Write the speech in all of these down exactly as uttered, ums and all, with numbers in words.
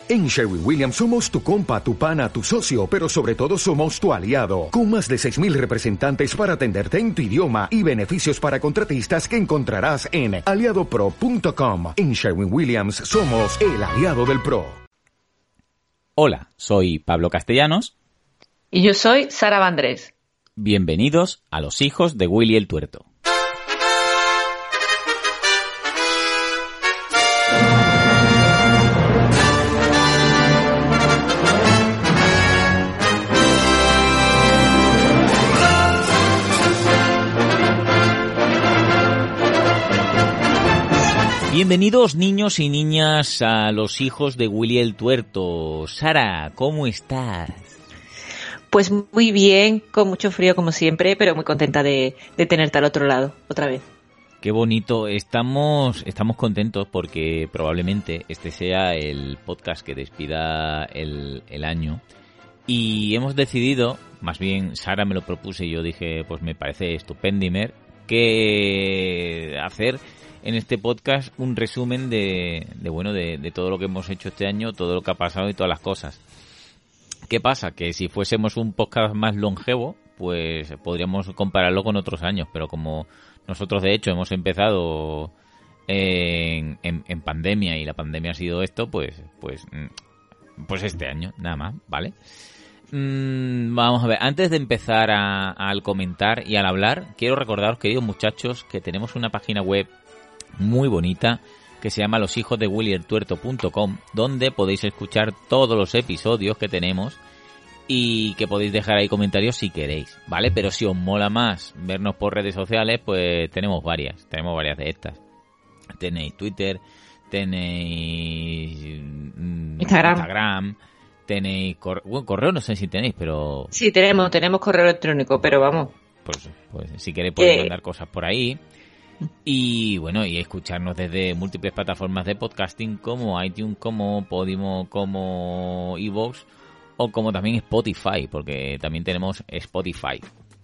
En Sherwin-Williams somos tu compa, tu pana, tu socio, pero sobre todo somos tu aliado, con más de seis mil representantes para atenderte en tu idioma y beneficios para contratistas que encontrarás en aliado pro punto com. En Sherwin-Williams somos el aliado del pro. Hola, soy Pablo Castellanos. Y yo soy Sara Vandrés. Bienvenidos a Los Hijos de Willy el Tuerto. Bienvenidos niños y niñas a Los Hijos de Willy el Tuerto. Sara, ¿cómo estás? Pues muy bien, con mucho frío como siempre, pero muy contenta de, de tenerte al otro lado, otra vez. Qué bonito, estamos, estamos contentos porque probablemente este sea el podcast que despida el, el año y hemos decidido, más bien Sara me lo propuse y yo dije, pues me parece estupendimer, que hacer en este podcast un resumen de, de bueno de, de todo lo que hemos hecho este año, todo lo que ha pasado y todas las cosas. ¿Qué pasa? Que si fuésemos un podcast más longevo, pues podríamos compararlo con otros años, pero como nosotros de hecho hemos empezado en, en, en pandemia y la pandemia ha sido esto, pues pues pues este año, nada más, ¿vale? Mm, vamos a ver, antes de empezar a, al comentar y al hablar, quiero recordaros, queridos muchachos, que tenemos una página web muy bonita que se llama los hijos de willy el tuerto punto com, donde podéis escuchar todos los episodios que tenemos y que podéis dejar ahí comentarios si queréis, ¿vale? Pero si os mola más vernos por redes sociales, pues tenemos varias, tenemos varias de estas. Tenéis Twitter, tenéis Instagram, Instagram tenéis correo, bueno, correo no sé si tenéis, pero... Sí, tenemos, tenemos correo electrónico, pero vamos. Pues, pues si queréis podéis eh... mandar cosas por ahí. Y bueno, y escucharnos desde múltiples plataformas de podcasting como iTunes, como Podimo, como iVoox o como también Spotify, porque también tenemos Spotify.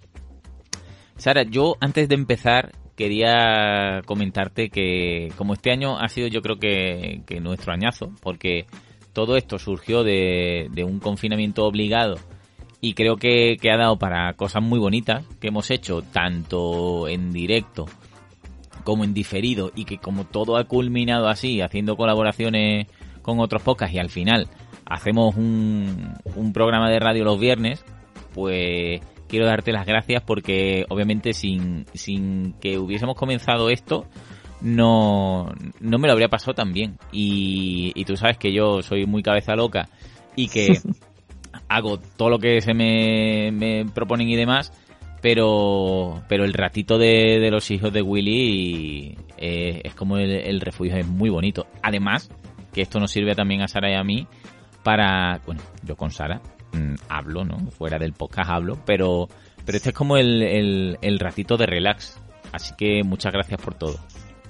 Sara, yo antes de empezar quería comentarte que como este año ha sido yo creo que, que nuestro añazo, porque todo esto surgió de, de un confinamiento obligado y creo que, que ha dado para cosas muy bonitas que hemos hecho tanto en directo como en diferido, y que como todo ha culminado así, haciendo colaboraciones con otros podcasts y al final hacemos un, un programa de radio los viernes, pues quiero darte las gracias porque obviamente sin, sin que hubiésemos comenzado esto no, no me lo habría pasado tan bien y, y tú sabes que yo soy muy cabeza loca y que hago todo lo que se me, me proponen y demás. Pero pero el ratito de, de los hijos de Willy eh, es como el, el refugio, es muy bonito. Además, que esto nos sirve también a Sara y a mí para... Bueno, yo con Sara mmm, hablo, ¿no? Fuera del podcast hablo, pero pero este es como el, el, el ratito de relax. Así que muchas gracias por todo.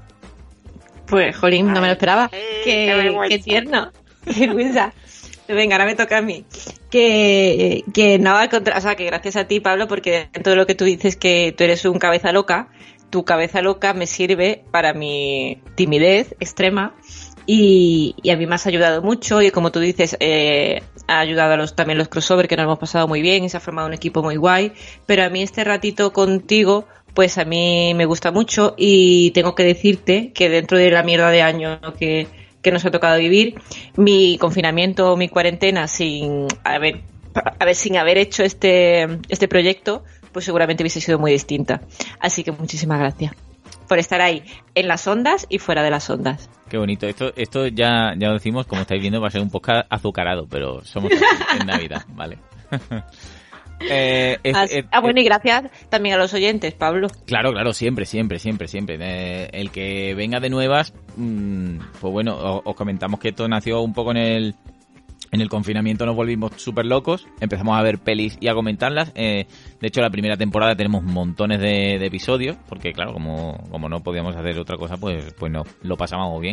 Pues, jolín, no me lo esperaba. Qué, qué tierno. Qué vergüenza. Venga, ahora me toca a mí. Que, que no, al contrario, o sea, que gracias a ti, Pablo, porque dentro de lo que tú dices que tú eres un cabeza loca, tu cabeza loca me sirve para mi timidez extrema y, y a mí me has ayudado mucho y como tú dices, eh, ha ayudado a los también los crossover que nos hemos pasado muy bien y se ha formado un equipo muy guay, pero a mí este ratito contigo, pues a mí me gusta mucho y tengo que decirte que dentro de la mierda de año que que nos ha tocado vivir, mi confinamiento, mi cuarentena sin haber, a ver, sin haber hecho este, este proyecto, pues seguramente hubiese sido muy distinta. Así que muchísimas gracias por estar ahí, en las ondas y fuera de las ondas. Qué bonito. Esto esto ya, ya lo decimos, como estáis viendo, va a ser un podcast azucarado, pero somos en Navidad, ¿vale? Eh, es, ah, es, ah, bueno, y gracias también a los oyentes, Pablo. Claro, claro, siempre, siempre, siempre, siempre. Eh, el que venga de nuevas, mmm, pues bueno, os, os comentamos que esto nació un poco en el en el confinamiento, nos volvimos súper locos, empezamos a ver pelis y a comentarlas. Eh, de hecho, la primera temporada tenemos montones de, de episodios, porque claro, como, como no podíamos hacer otra cosa, pues, pues no, lo pasábamos bien.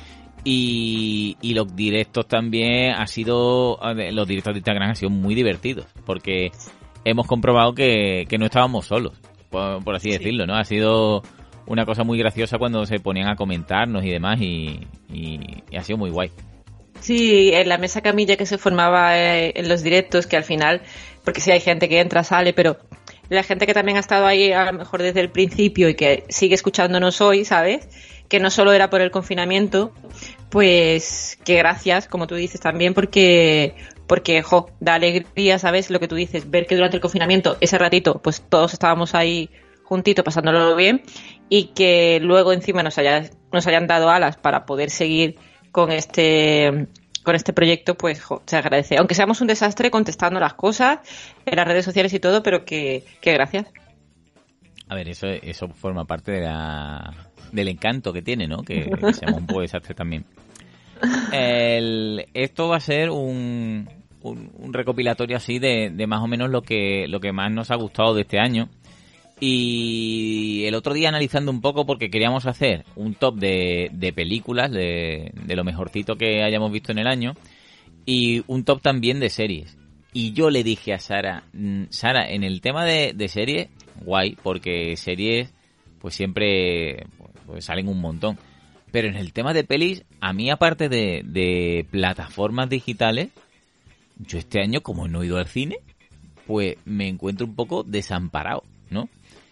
Y, y los directos también ha sido, los directos de Instagram han sido muy divertidos, porque hemos comprobado que, que no estábamos solos, por, por así sí. decirlo, ¿no? Ha sido una cosa muy graciosa cuando se ponían a comentarnos y demás, y, y, y ha sido muy guay. Sí, en la mesa camilla que se formaba eh, en los directos, que al final, porque sí hay gente que entra, sale, pero la gente que también ha estado ahí a lo mejor desde el principio y que sigue escuchándonos hoy, ¿sabes? Que no solo era por el confinamiento, pues que gracias, como tú dices también, porque, porque jo, da alegría, ¿sabes? Lo que tú dices, ver que durante el confinamiento, ese ratito, pues todos estábamos ahí juntitos, pasándolo bien, y que luego encima nos, haya, nos hayan dado alas para poder seguir con este con este proyecto, pues jo, se agradece. Aunque seamos un desastre contestando las cosas en las redes sociales y todo, pero que, que gracias. A ver, eso eso forma parte de la, del encanto que tiene, ¿no? Que, que seamos un poco desastre también. El, esto va a ser un, un, un recopilatorio así de, de más o menos lo que lo que más nos ha gustado de este año. Y el otro día analizando un poco, porque queríamos hacer un top de, de películas, de, de lo mejorcito que hayamos visto en el año, y un top también de series. Y yo le dije a Sara, Sara, en el tema de, de series, guay, porque series pues siempre pues salen un montón. Pero en el tema de pelis, a mí aparte de, de plataformas digitales, yo este año, como no he ido al cine, pues me encuentro un poco desamparado, ¿no?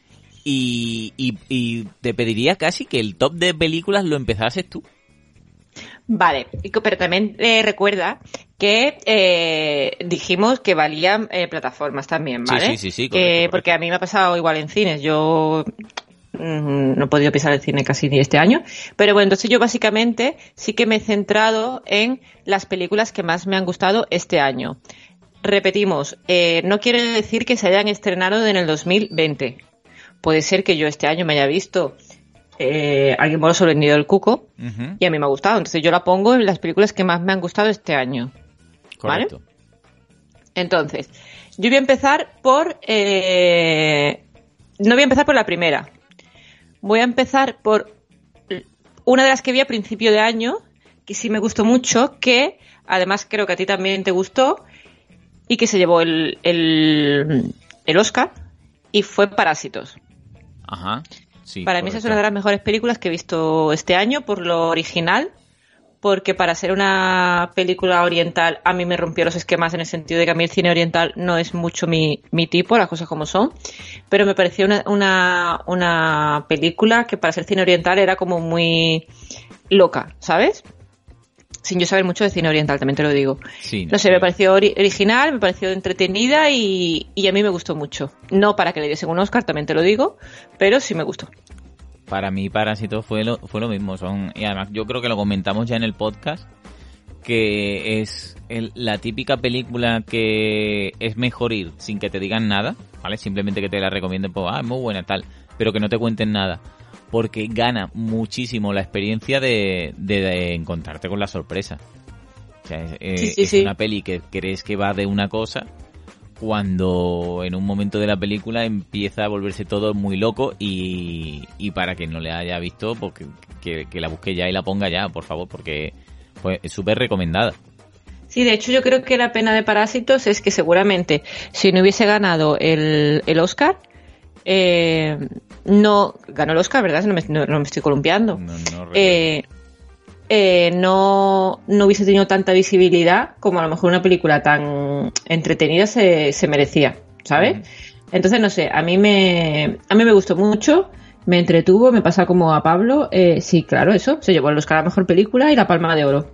Y, y, y te pediría casi que el top de películas lo empezases tú. Vale, pero también eh, recuerda que eh, dijimos que valían eh, plataformas también, ¿vale? Sí, sí, sí, sí, correcto, eh, correcto. Porque a mí me ha pasado igual en cines. Yo mm, no he podido pisar el cine casi ni este año. Pero bueno, entonces yo básicamente sí que me he centrado en las películas que más me han gustado este año. Repetimos, eh, no quiere decir que se hayan estrenado en el dos mil veinte. Puede ser que yo este año me haya visto eh, Alguien voló sobre el nido del cuco, uh-huh, y a mí me ha gustado. Entonces yo la pongo en las películas que más me han gustado este año. Correcto. ¿Vale? Entonces, yo voy a empezar por... Eh, no voy a empezar por la primera. Voy a empezar por una de las que vi a principio de año, que sí me gustó mucho, que además creo que a ti también te gustó, y que se llevó el, el, el Oscar, y fue Parásitos. Ajá, sí. Para correcto. mí esa es una de las mejores películas que he visto este año por lo original, porque para ser una película oriental a mí me rompió los esquemas en el sentido de que a mí el cine oriental no es mucho mi, mi tipo, las cosas como son, pero me pareció una, una, una película que para ser cine oriental era como muy loca, ¿sabes? Sin yo saber mucho de cine oriental, también te lo digo. Sí, no, no sé, sí. Me pareció ori- original, me pareció entretenida y, y a mí me gustó mucho. No para que le diesen un Oscar, también te lo digo, pero sí me gustó. Para mí Parásitos fue lo, fue lo mismo. Son, y además yo creo que lo comentamos ya en el podcast, que es el, la típica película que es mejor ir sin que te digan nada, ¿vale? Simplemente que te la recomienden, pues, ah, es muy buena, tal, pero que no te cuenten nada. Porque gana muchísimo la experiencia de, de, de encontrarte con la sorpresa. O sea, es, sí, sí, es sí. una peli que crees que va de una cosa, cuando en un momento de la película empieza a volverse todo muy loco y, y para quien no le haya visto, pues que, que, que la busque ya y la ponga ya, por favor, porque pues, es súper recomendada. Sí, de hecho yo creo que la pena de Parásitos es que seguramente si no hubiese ganado el, el Oscar, eh, no ganó el Oscar, ¿verdad? No me, no, no me estoy columpiando. No, no eh, eh, no, no hubiese tenido tanta visibilidad como a lo mejor una película tan entretenida se, se merecía, ¿sabes? Uh-huh. Entonces, no sé, a mí me a mí me gustó mucho, me entretuvo, me pasa como a Pablo. Eh, sí, claro, eso, se llevó el Oscar a Mejor Película y la Palma de Oro.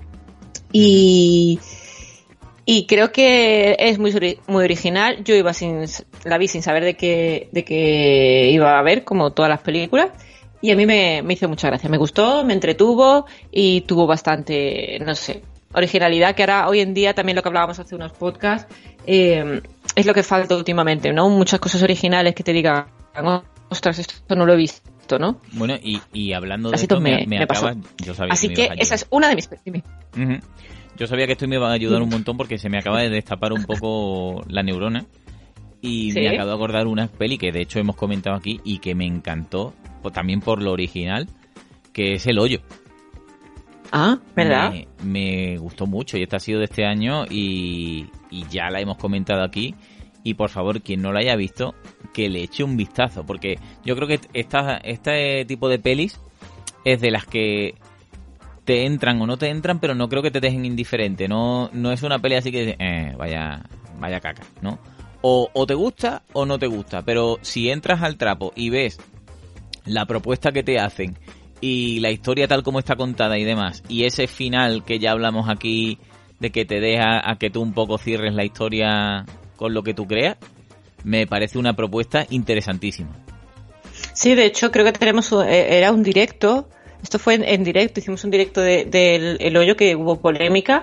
Y... Y creo que es muy muy original. Yo iba sin la vi sin saber de qué de qué iba a ver, como todas las películas, y a mí me, me hizo mucha gracia. Me gustó, me entretuvo y tuvo bastante, no sé, originalidad, que ahora hoy en día también lo que hablábamos hace unos podcasts, eh, es lo que falta últimamente, ¿no? Muchas cosas originales que te digan, ostras, esto no lo he visto, ¿no? Bueno, y, y hablando de Así esto, me, me, me me acabas... pasó. Yo sabía Así que, que, que esa es una de mis... Uh-huh. Yo sabía que esto me iba a ayudar un montón porque se me acaba de destapar un poco la neurona y ¿Sí? me acabo de acordar una peli que de hecho hemos comentado aquí y que me encantó, pues, también por lo original, que es El Hoyo. Ah, ¿verdad? Me, me gustó mucho y esta ha sido de este año y, y ya la hemos comentado aquí. Y por favor, quien no la haya visto, que le eche un vistazo, porque yo creo que esta, este tipo de pelis es de las que te entran o no te entran, pero no creo que te dejen indiferente. No, no es una peli así que eh, vaya, vaya caca, ¿no? O, o te gusta o no te gusta, pero si entras al trapo y ves la propuesta que te hacen y la historia tal como está contada y demás, y ese final que ya hablamos aquí de que te deja a que tú un poco cierres la historia con lo que tú creas, me parece una propuesta interesantísima. Sí, de hecho creo que tenemos, era un directo, esto fue en, en directo, hicimos un directo del de, de El Hoyo, que hubo polémica,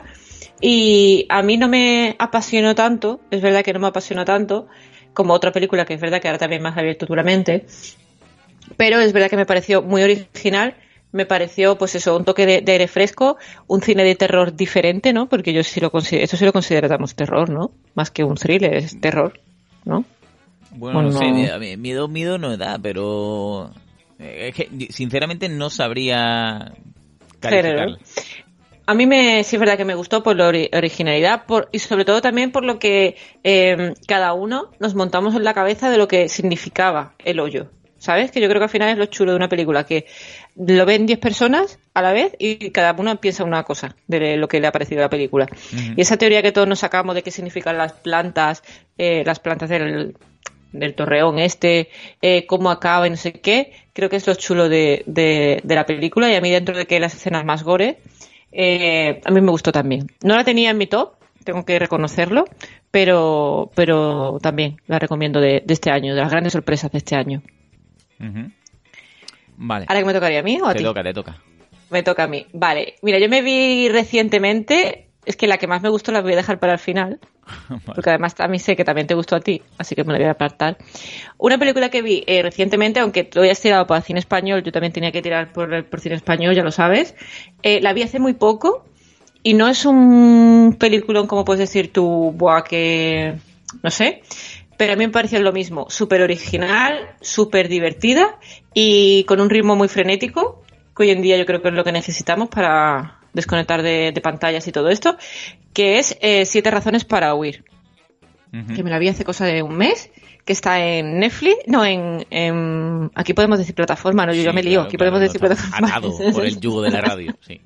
y a mí no me apasionó tanto, es verdad que no me apasionó tanto, como otra película que es verdad que ahora también me has abierto tu mente, pero es verdad que me pareció muy original, me pareció pues eso, un toque de, de aire fresco, un cine de terror diferente, ¿no? Porque yo sí lo considero, esto sí lo consideramos terror, ¿no? Más que un thriller, es terror, ¿no? Bueno, no, no sé, miedo, miedo no da, pero es que sinceramente no sabría calificarlo. A mí me, sí es verdad que me gustó por la ori- originalidad por, y sobre todo también por lo que eh, cada uno nos montamos en la cabeza de lo que significaba El Hoyo. ¿Sabes? Que yo creo que al final es lo chulo de una película, que lo ven diez personas a la vez y cada uno piensa una cosa de lo que le ha parecido la película. Uh-huh. Y esa teoría que todos nos sacamos de qué significan las plantas, eh, las plantas del, del torreón este, eh, cómo acaba y no sé qué, creo que es lo chulo de, de, de la película, y a mí dentro de que las escenas más gore, eh, a mí me gustó también. No la tenía en mi top, tengo que reconocerlo, pero, pero también la recomiendo de, de este año, de las grandes sorpresas de este año. Uh-huh. Vale. ¿Ahora que me tocaría a mí o a te ti? Te toca, te toca. Me toca a mí. Vale. Mira, yo me vi recientemente, es que la que más me gustó la voy a dejar para el final, vale. Porque además a mí sé que también te gustó a ti, así que me la voy a apartar. Una película que vi eh, recientemente, aunque tú hayas tirado por cine español, yo también tenía que tirar por, por cine español, ya lo sabes. Eh, la vi hace muy poco y no es un peliculón como puedes decir tú, buah, que... no sé... Pero a mí me pareció lo mismo, súper original, súper divertida y con un ritmo muy frenético, que hoy en día yo creo que es lo que necesitamos para desconectar de, de pantallas y todo esto, que es eh, Siete razones para huir. Uh-huh. Que me la vi hace cosa de un mes, que está en Netflix, no, en... en aquí podemos decir plataforma, no, yo sí, ya me lío, claro, aquí claro, podemos decir plataforma. Atado por el yugo de la radio, sí.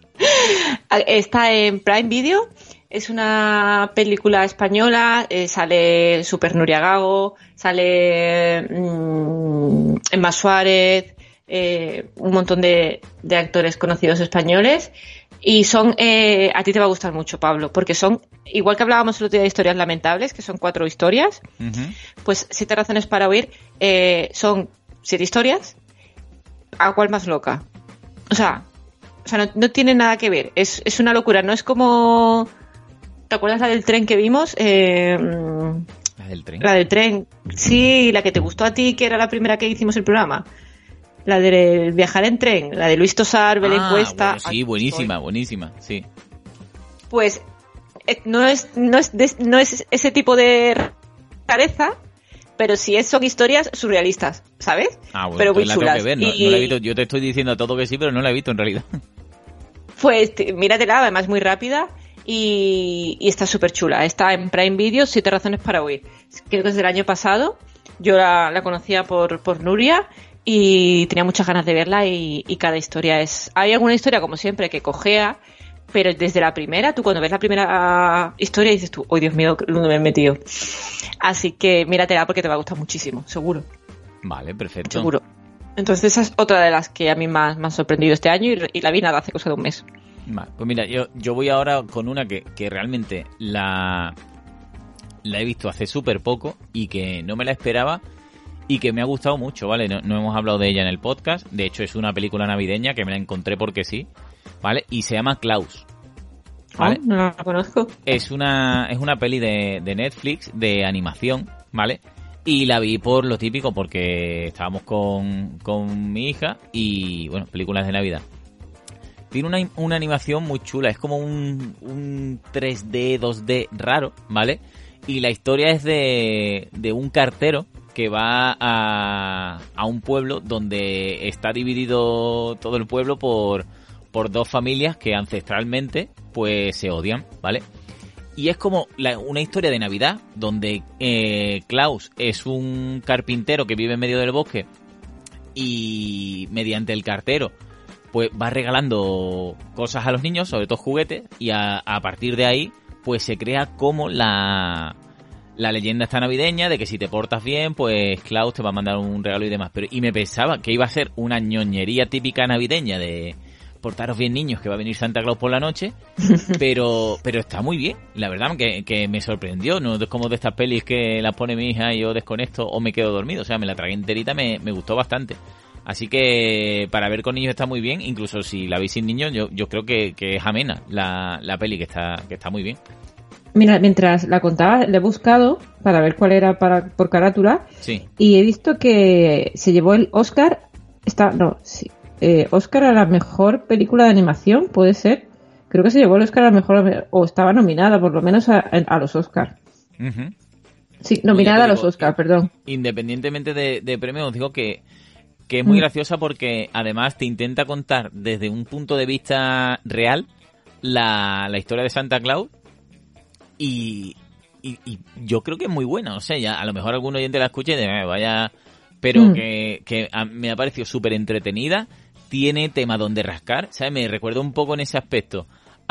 Está en Prime Video. Es una película española, eh, sale Super Nuria Gago, sale mmm, Emma Suárez, eh, un montón de, de actores conocidos españoles, y son, eh, a ti te va a gustar mucho, Pablo, porque son, igual que hablábamos el otro día de historias lamentables, que son cuatro historias, uh-huh. Pues Siete razones para huir, eh, son siete historias, ¿a cuál más loca? O sea, o sea no, no tiene nada que ver, es, es una locura, no es como... ¿Te acuerdas la del tren que vimos? Eh, ¿La del tren? La del tren, sí, la que te gustó a ti, que era la primera que hicimos el programa. La de viajar en tren, la de Luis Tosar, Belén ah, Cuesta. Bueno, sí, buenísima, estoy. buenísima, sí. Pues no es, no es, de, no es ese tipo de rareza, pero sí es, son historias surrealistas, ¿sabes? Ah, bueno, pero muy la chulas. Tengo que ver, no, y... no la he visto. Yo te estoy diciendo todo que sí, pero no la he visto en realidad. Pues míratela, además muy rápida. Y, y está súper chula. Está en Prime Video, Siete razones para huir. Creo que es del año pasado. Yo la, la conocía por, por Nuria y tenía muchas ganas de verla y, y cada historia es... Hay alguna historia, como siempre, que cojea, pero desde la primera, tú cuando ves la primera historia dices tú, ¡oh, Dios mío, dónde me he metido! Así que míratela porque te va a gustar muchísimo, seguro. Vale, perfecto. Seguro. Entonces esa es otra de las que a mí más me han sorprendido este año y, y la vi nada hace cosa de un mes. Vale, pues mira, yo, yo voy ahora con una que, que realmente la, la he visto hace súper poco y que no me la esperaba y que me ha gustado mucho, ¿vale? No, no hemos hablado de ella en el podcast, de hecho es una película navideña que me la encontré porque sí, ¿vale? Y se llama Klaus, ¿vale? Oh, no la conozco. Es una, es una peli de, de Netflix de animación, ¿vale? Y la vi por lo típico porque estábamos con, con mi hija y, bueno, películas de Navidad. Tiene una, una animación muy chula, es como un, un tres D, dos D raro, ¿vale? Y la historia es de, de un cartero que va a, a un pueblo donde está dividido todo el pueblo por, por dos familias que ancestralmente pues se odian, ¿vale? Y es como la, una historia de Navidad donde eh, Klaus es un carpintero que vive en medio del bosque y mediante el cartero pues va regalando cosas a los niños, sobre todo juguetes, y a, a partir de ahí, pues se crea como la, la leyenda esta navideña de que si te portas bien, pues Claus te va a mandar un regalo y demás. Pero y me pensaba que iba a ser una ñoñería típica navideña de portaros bien, niños, que va a venir Santa Claus por la noche, pero pero está muy bien, la verdad que, que me sorprendió, no es como de estas pelis que las pone mi hija y yo desconecto o me quedo dormido, o sea, me la tragué enterita, me, me gustó bastante. Así que para ver con niños está muy bien, incluso si la veis sin niños, yo yo creo que, que es amena la, la peli, que está que está muy bien. Mira, mientras la contaba, le he buscado para ver cuál era para por carátula, sí. Y he visto que se llevó el Oscar, está, no, sí, eh, Oscar a la mejor película de animación, puede ser. Creo que se llevó el Oscar a la mejor, o estaba nominada por lo menos a, a los Oscar. Uh-huh. Sí, nominada digo, a los Oscar, perdón. Independientemente de, de premios, os digo que que es muy mm. graciosa porque además te intenta contar desde un punto de vista real la, la historia de Santa Claus y, y, y yo creo que es muy buena, o sea, ya a lo mejor algún oyente la escuche y dice, eh, vaya, pero mm. que, que a, me ha parecido súper entretenida, tiene tema donde rascar, ¿sabes? Me recuerda un poco en ese aspecto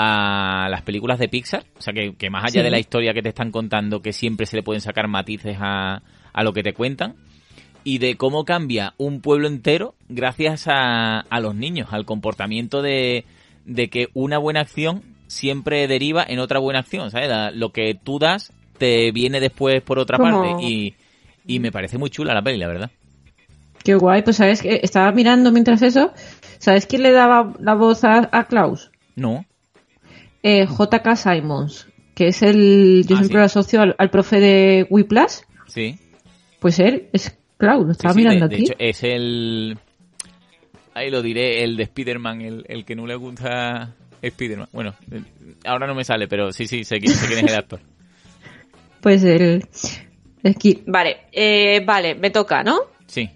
a las películas de Pixar, o sea, que, que más allá sí. de la historia que te están contando, que siempre se le pueden sacar matices a, a lo que te cuentan, y de cómo cambia un pueblo entero gracias a, a los niños, al comportamiento de, de que una buena acción siempre deriva en otra buena acción, ¿sabes? La, lo que tú das te viene después por otra ¿Cómo? parte y, y me parece muy chula la peli, la verdad. Qué guay, pues sabes que estaba mirando mientras eso, ¿sabes quién le daba la voz a, a Klaus? No. Eh, J K. Simmons, que es el, yo ah, siempre sí. lo asocio al, al profe de Whiplash. Sí. Pues él es Claro, lo estaba sí, sí, mirando de, aquí. De hecho, es el... Ahí lo diré, el de Spider-Man, el, el que no le gusta Spider-Man. Bueno, ahora no me sale, pero sí, sí, sé quién, sé quién es el actor. Pues el... Aquí. Vale, eh, vale, me toca, ¿no? Sí.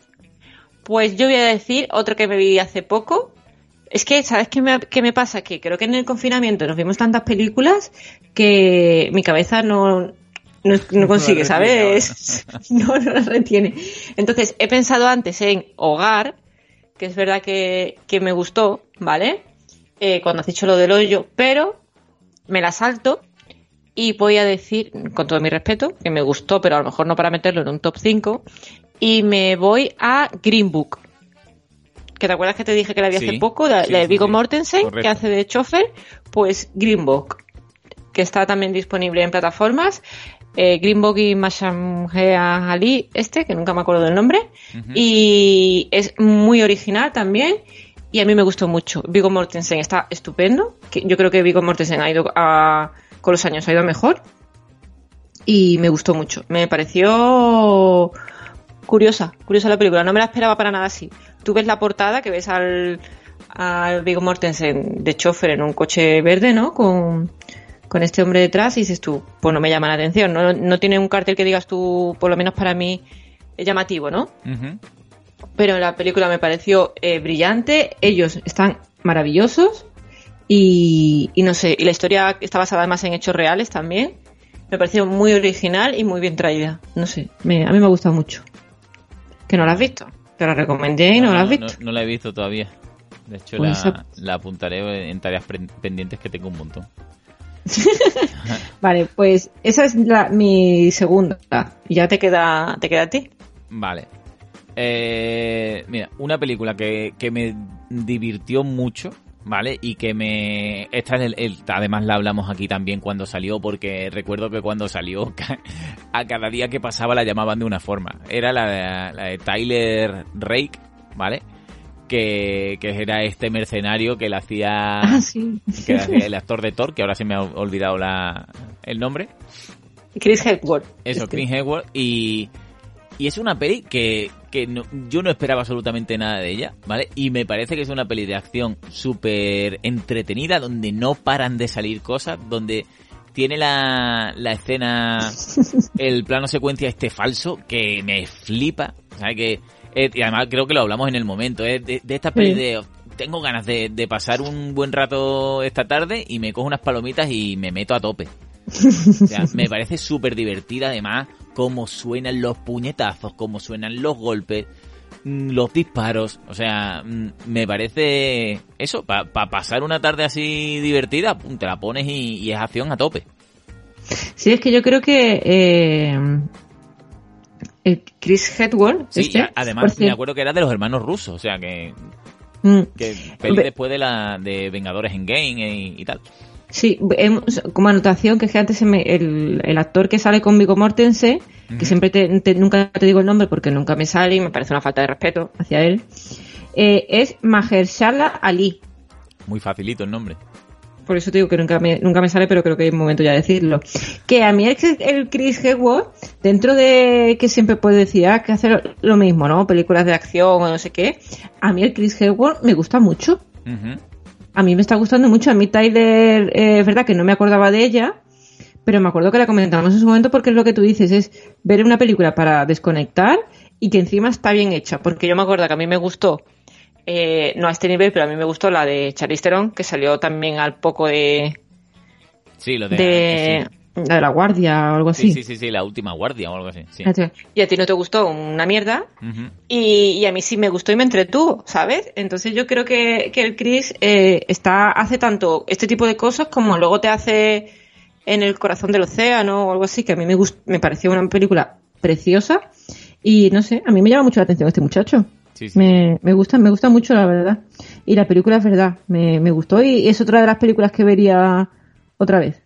Pues yo voy a decir otro que me vi hace poco. Es que, ¿sabes qué me, qué me pasa? Que creo que en el confinamiento nos vimos tantas películas que mi cabeza no... No, no consigue, no ¿sabes? No, no la retiene. Entonces, he pensado antes en Hogar, que es verdad que, que me gustó, ¿vale? Eh, cuando has dicho lo del hoyo, pero me la salto y voy a decir, con todo mi respeto, que me gustó, pero a lo mejor no para meterlo en un top cinco, y me voy a Green Book. ¿Que te acuerdas que te dije que la vi sí, hace poco? La, sí, la de Viggo sí, Mortensen, correcto. Que hace de chofer, pues Green Book, que está también disponible en plataformas. Eh, Green Book y Mashamhea Ali, este, que nunca me acuerdo del nombre, uh-huh. y es muy original también, y a mí me gustó mucho. Viggo Mortensen está estupendo, que yo creo que Viggo Mortensen ha ido a, con los años ha ido mejor, y me gustó mucho. Me pareció curiosa, curiosa la película, no me la esperaba para nada así. Tú ves la portada, que ves al, al Viggo Mortensen de chofer en un coche verde, ¿no? Con... con este hombre detrás y dices tú, pues no me llama la atención, no, no tiene un cartel que digas tú, por lo menos para mí, llamativo, ¿no? Uh-huh. Pero la película me pareció eh, brillante, ellos están maravillosos y, y no sé, y la historia está basada además en hechos reales también, me pareció muy original y muy bien traída, no sé, me, a mí me ha gustado mucho. ¿Que no la has visto? Te la recomendé y no, no, no la has visto. No, no la he visto todavía, de hecho pues la, esa... la apuntaré en tareas pendientes que tengo un montón. Vale, pues esa es la, mi segunda. Y ya te queda, te queda a ti. Vale. Eh, mira, una película que, que me divirtió mucho, ¿vale? Y que me... Esta es el, el, además la hablamos aquí también cuando salió, porque recuerdo que cuando salió a cada día que pasaba la llamaban de una forma. Era la de, la de Tyler Rake, ¿vale? Que, que era este mercenario que le hacía, ah, sí. que le hacía el actor de Thor, que ahora se me ha olvidado la, el nombre. Chris Hemsworth. Eso, este. Chris Hemsworth. Y, y es una peli que, que no, yo no esperaba absolutamente nada de ella, ¿vale? Y me parece que es una peli de acción súper entretenida, donde no paran de salir cosas, donde tiene la, la escena, el plano secuencia este falso, que me flipa, ¿sabes? Que Eh, y además creo que lo hablamos en el momento, ¿eh? de, de esta peli sí. de tengo ganas de, de pasar un buen rato esta tarde y me cojo unas palomitas y me meto a tope. O sea, me parece súper divertida, además, cómo suenan los puñetazos, cómo suenan los golpes. los disparos, o sea, me parece eso, para pa pasar una tarde así divertida, pum, te la pones y, y es acción a tope. Sí, es que yo creo que eh, el Chris Hemsworth, sí, este, además me acuerdo que era de los hermanos rusos, o sea que, mm. que peli Be después de la de Vengadores Endgame y, y tal. Sí, como anotación, que es que antes se me, el, el actor que sale con Viggo Mortensen, uh-huh. que siempre te, te, nunca te digo el nombre porque nunca me sale y me parece una falta de respeto hacia él, eh, es Mahershala Ali. Muy facilito el nombre. Por eso te digo que nunca me, nunca me sale, pero creo que hay un momento ya de decirlo. Que a mí el, el Chris Hemsworth, dentro de que siempre puede decir ah, que hacer lo mismo, ¿no? Películas de acción o no sé qué, a mí el Chris Hemsworth me gusta mucho. Uh-huh. A mí me está gustando mucho. A mí Tyler, eh, es verdad que no me acordaba de ella, pero me acuerdo que la comentamos en su momento porque es lo que tú dices, es ver una película para desconectar y que encima está bien hecha. Porque yo me acuerdo que a mí me gustó, eh, no a este nivel, pero a mí me gustó la de Charlize Theron, que salió también al poco de... Sí, lo de... de sí. La de la guardia o algo así. Sí, sí, sí, sí, la última guardia o algo así. Sí. Y a ti no te gustó una mierda. Uh-huh. y, y a mí sí me gustó y me entretuvo, ¿sabes? Entonces yo creo que, que el Chris eh, está hace tanto este tipo de cosas como luego te hace En el corazón del océano o algo así, que a mí me, gust me pareció una película preciosa. Y no sé, a mí me llama mucho la atención este muchacho. Sí, sí. Me, me gusta, me gusta mucho, la verdad. Y la película es verdad, me, me gustó y es otra de las películas que vería otra vez.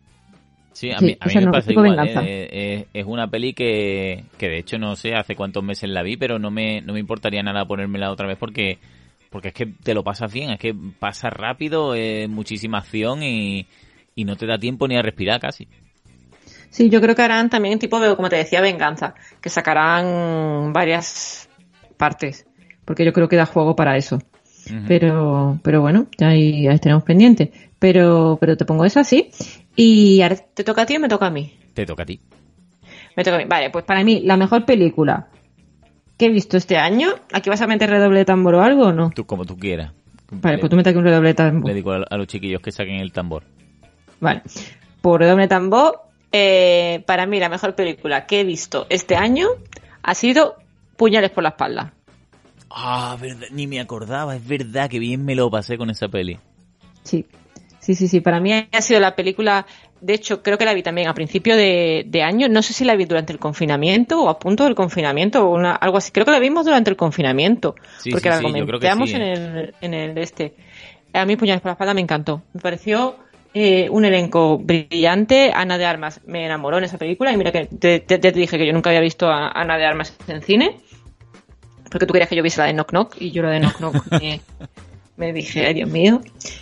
Sí, a mí, sí, a mí me no, pasa igual, eh, eh, es una peli que, que de hecho no sé hace cuántos meses la vi, pero no me, no me importaría nada ponérmela otra vez porque, porque es que te lo pasas bien, es que pasa rápido, eh, muchísima acción y, y no te da tiempo ni a respirar casi. Sí, yo creo que harán también tipo de, como te decía, venganza, que sacarán varias partes, porque yo creo que da juego para eso. Uh-huh. Pero, pero bueno, ya ahí, ahí tenemos pendiente. Pero, pero te pongo esa así. Y ahora te toca a ti o me toca a mí. Te toca a ti. Me toca a mí. Vale, pues para mí la mejor película que he visto este año. ¿Aquí vas a meter redoble de tambor o algo o no? Tú como tú quieras. Vale, le, pues tú metes aquí un redoble de tambor. Le digo a, a los chiquillos que saquen el tambor. Vale. Por redoble de tambor, eh, para mí la mejor película que he visto este año ha sido Puñales por la espalda. Ah, verdad, ni me acordaba, es verdad que bien me lo pasé con esa peli. Sí, sí, sí, sí, para mí ha sido la película, de hecho creo que la vi también a principio de, de año, no sé si la vi durante el confinamiento o a punto del confinamiento o una, algo así, creo que la vimos durante el confinamiento, sí, porque sí, la sí, comentamos sí, en, el, en el este. A mí Puñales por la espalda me encantó, me pareció eh, un elenco brillante, Ana de Armas me enamoró en esa película y mira que te, te, te dije que yo nunca había visto a Ana de Armas en cine. Porque tú querías que yo viese la de Knock Knock y yo la de Knock Knock me, me dije, ay Dios mío.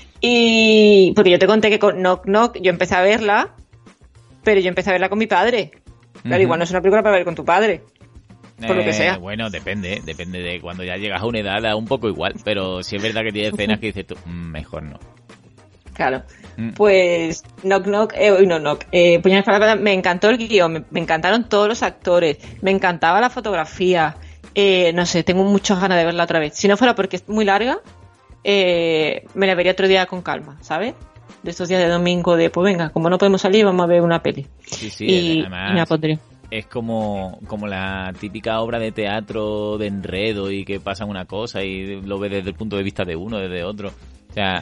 Y porque yo te conté que con Knock Knock yo empecé a verla, pero yo empecé a verla con mi padre. Claro, uh-huh. Igual no es una película para ver con tu padre, por eh, lo que sea. Bueno, depende, depende de cuando ya llegas a una edad, da un poco igual, pero sí es verdad que tiene escenas que dices tú, mejor no. Claro, mm. pues Knock Knock, eh, no Knock, eh, Puñales por la espalda, me encantó el guión, me, me encantaron todos los actores, me encantaba la fotografía. Eh, no sé, tengo muchas ganas de verla otra vez. Si no fuera porque es muy larga, eh, me la vería otro día con calma, ¿sabes? De estos días de domingo de, pues venga, como no podemos salir, vamos a ver una peli. Sí, sí, y, además y me la pondré. Es como, como la típica obra de teatro de enredo y que pasa una cosa y lo ves desde el punto de vista de uno, desde otro. O sea,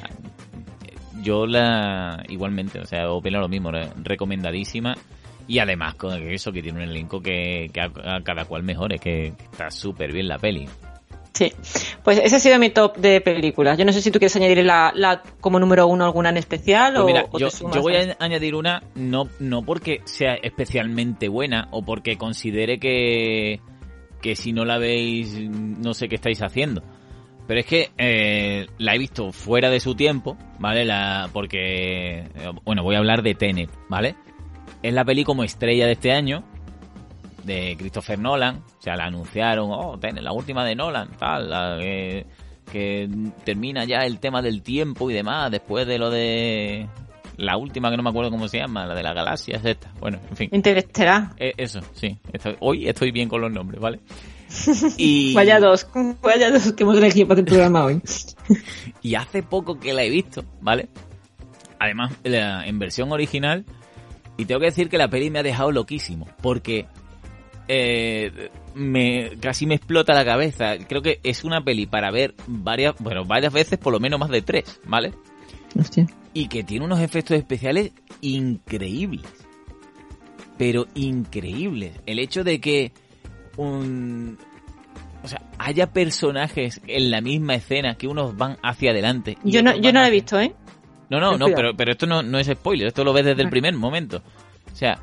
yo la igualmente, o sea, opino lo mismo, recomendadísima. Y además con eso que tiene un elenco que, que a, a cada cual mejor, es que está súper bien la peli. Sí, pues ese ha sido mi top de películas. Yo no sé si tú quieres añadir la, la como número uno alguna en especial pues o, mira, o yo, te yo voy a añadir una no no porque sea especialmente buena o porque considere que, que si no la veis no sé qué estáis haciendo. Pero es que eh, la he visto fuera de su tiempo, ¿vale? La porque, bueno, voy a hablar de Tenet, ¿vale? Es la peli como estrella de este año, de Christopher Nolan. O sea, la anunciaron, oh, Tenet, la última de Nolan, tal, la, que, que termina ya el tema del tiempo y demás, después de lo de la última, que no me acuerdo cómo se llama, la de la galaxia, es esta. Bueno, en fin. Interestelar. Eh, eso, sí. Estoy, hoy estoy bien con los nombres, ¿vale? Y... Vaya dos, vaya dos que hemos elegido para el programa hoy. Y hace poco que la he visto, ¿vale? Además, la, en versión original... Y tengo que decir que la peli me ha dejado loquísimo, porque eh, me casi me explota la cabeza. Creo que es una peli para ver varias, bueno, varias veces, por lo menos más de tres, ¿vale? Hostia. Y que tiene unos efectos especiales increíbles. Pero increíbles. El hecho de que un... O sea, haya personajes en la misma escena que unos van hacia adelante. Y yo no, yo no la he hacia... visto, ¿eh? No, no, no, pero, pero esto no, no es spoiler. Esto lo ves desde el primer momento. O sea,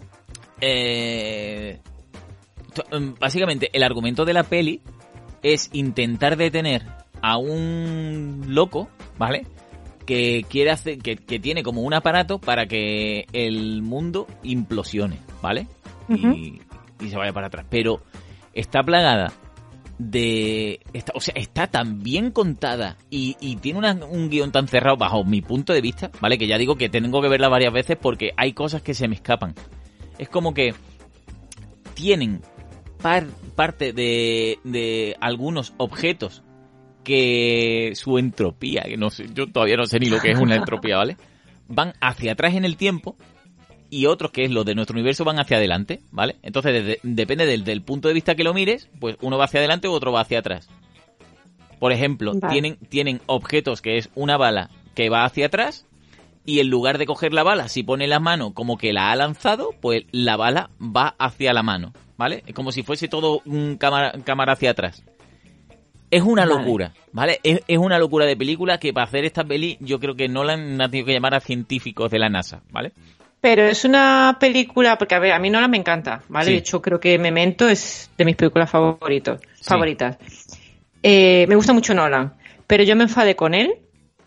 eh... básicamente el argumento de la peli es intentar detener a un loco, ¿vale? Que quiere hacer, que, que tiene como un aparato para que el mundo implosione, ¿vale? Uh-huh. Y, y se vaya para atrás. Pero está plagada de... Está, o sea, está tan bien contada y, y tiene una, un guión tan cerrado bajo mi punto de vista, ¿vale? Que ya digo que tengo que verla varias veces porque hay cosas que se me escapan. Es como que tienen par, parte de, de algunos objetos que su entropía, que no sé, yo todavía no sé ni lo que es una entropía, ¿vale? Van hacia atrás en el tiempo y otros, que es lo de nuestro universo, van hacia adelante, ¿vale? Entonces, desde, depende del, del punto de vista que lo mires, pues uno va hacia adelante u otro va hacia atrás. Por ejemplo, vale. tienen, tienen objetos que es una bala que va hacia atrás y en lugar de coger la bala, si pone la mano como que la ha lanzado, pues la bala va hacia la mano, ¿vale? Es como si fuese todo un cámara, cámara hacia atrás. Es una locura, ¿vale? Es, es una locura de película que para hacer esta peli yo creo que Nolan ha tenido que llamar a científicos de la NASA, ¿vale? Pero es una película, porque a ver, a mí Nolan me encanta, ¿vale? Sí. De hecho, creo que Memento es de mis películas favoritos, sí. favoritas. Eh, me gusta mucho Nolan, pero yo me enfadé con él